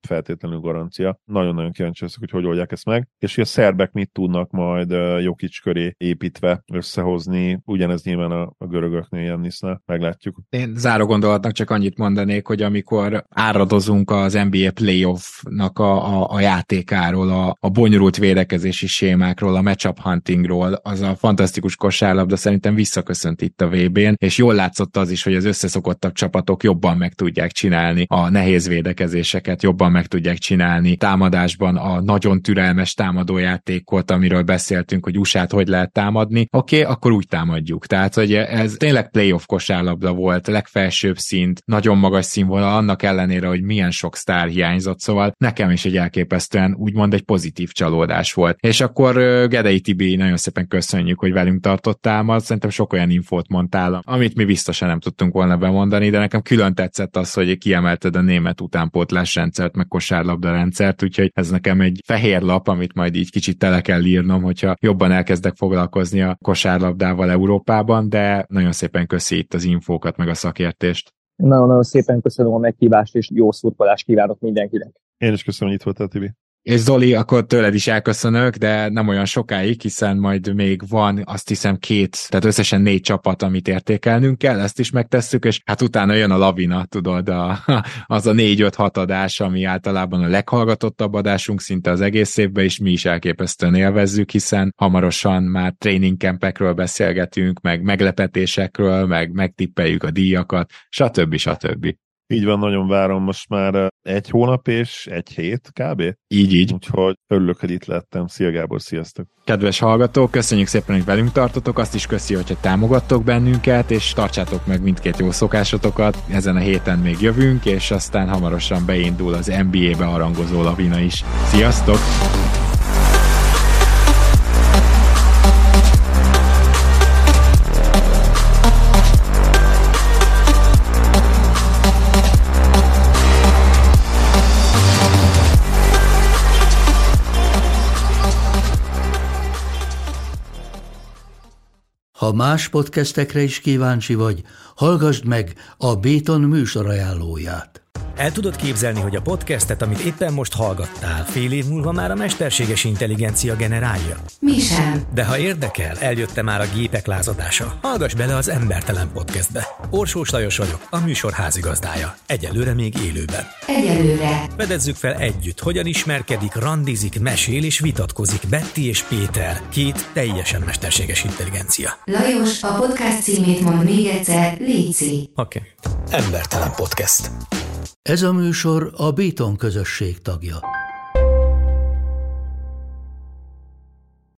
S3: feltétlenül garancia. Nagyon-nagyon kíváncsi leszek, hogy hogy oldják ezt meg, és hogy a szerbek mit tudnak majd Jokic köré építve összehozni, ugyanez nyilván a, a görögöknél, Jannisnál, meglátjuk.
S2: Én záró gondolatnak csak annyit mondanék, hogy amikor áradozunk az en bé á playoffnak a, a, a játékáról, a, a bonyolult védekezési sémákról, a matchup huntingról, az a fantasztikus kosárlabda szerintem visszaköszönt itt a vé bén, és jól látszott az is, hogy az összeszokottabb csapatok jobban meg tudják csinálni a nehéz védekezéseket, jobban meg tudják csinálni támadásban a nagyon türelmes támadójátékot, amiről beszéltünk, hogy u es á-t hogy lehet támadni. Oké, okay, akkor úgy támadjuk. Tehát, hogy ez tényleg playoff kosárlabda volt, legfelsőbb szint, nagyon magas színvonal, annak ellenére, hogy milyen sok sztár hiányzott, szóval nekem is egy elképesztően úgymond egy pozitív csalódás volt. És akkor Gedei Tibi, nagyon szépen köszönjük, hogy velünk tartottál ma, szerintem sok olyan infót mondtál, amit mi biztosan nem tudtunk volna bemondani, de nekem külön tetszett az, hogy kiemelted a német utánpótlás rendszert, meg kosárlabda rendszert, úgyhogy ez nekem egy fehér lap, amit majd így kicsit tele kell írnom, hogyha jobban elkezdek foglalkozni a kosárlabdával Európában, de nagyon szépen köszi itt az infókat, meg a szakértést.
S5: Nagyon-nagyon szépen köszönöm a meghívást, és jó szurkolást kívánok mindenkinek.
S3: Én is köszönöm, hogy itt voltál, Tibi.
S2: És Zoli, akkor tőled is elköszönök, de nem olyan sokáig, hiszen majd még van, azt hiszem, két, tehát összesen négy csapat, amit értékelnünk kell, ezt is megtesszük, és hát utána jön a lavina, tudod, a, az a négy-öt-hat adás, ami általában a leghallgatottabb adásunk szinte az egész évben, és mi is elképesztően élvezzük, hiszen hamarosan már training campekről beszélgetünk, meg meglepetésekről, meg megtippeljük a díjakat, stb. stb.
S3: Így van, nagyon várom, most már egy hónap és egy hét kb.
S2: Így, így.
S3: Úgyhogy örülök, hogy itt lettem. Szia Gábor, sziasztok!
S2: Kedves hallgatók, köszönjük szépen, hogy velünk tartotok, azt is köszi, hogyha támogattok bennünket, és tartsátok meg mindkét jó szokásotokat. Ezen a héten még jövünk, és aztán hamarosan beindul az en bé á-be harangozó lavina is. Sziasztok!
S6: Ha más podcastekre is kíváncsi vagy, hallgassd meg a Béton műsor ajánlóját.
S7: El tudod képzelni, hogy a podcastet, amit éppen most hallgattál, fél év múlva már a mesterséges intelligencia generálja?
S8: Mi sem.
S7: De ha érdekel, eljött már a gépek lázadása. Hallgass bele az Embertelen Podcastbe. Orsós Lajos vagyok, a műsor házigazdája. Egyelőre még élőben.
S8: Egyelőre.
S7: Fedezzük fel együtt, hogyan ismerkedik, randizik, mesél és vitatkozik Betty és Péter, két teljesen mesterséges intelligencia.
S8: Lajos, a podcast címét mond még egyszer, léci.
S7: Oké. Okay. Embertelen Podcast.
S6: Ez a műsor a Béton közösség tagja.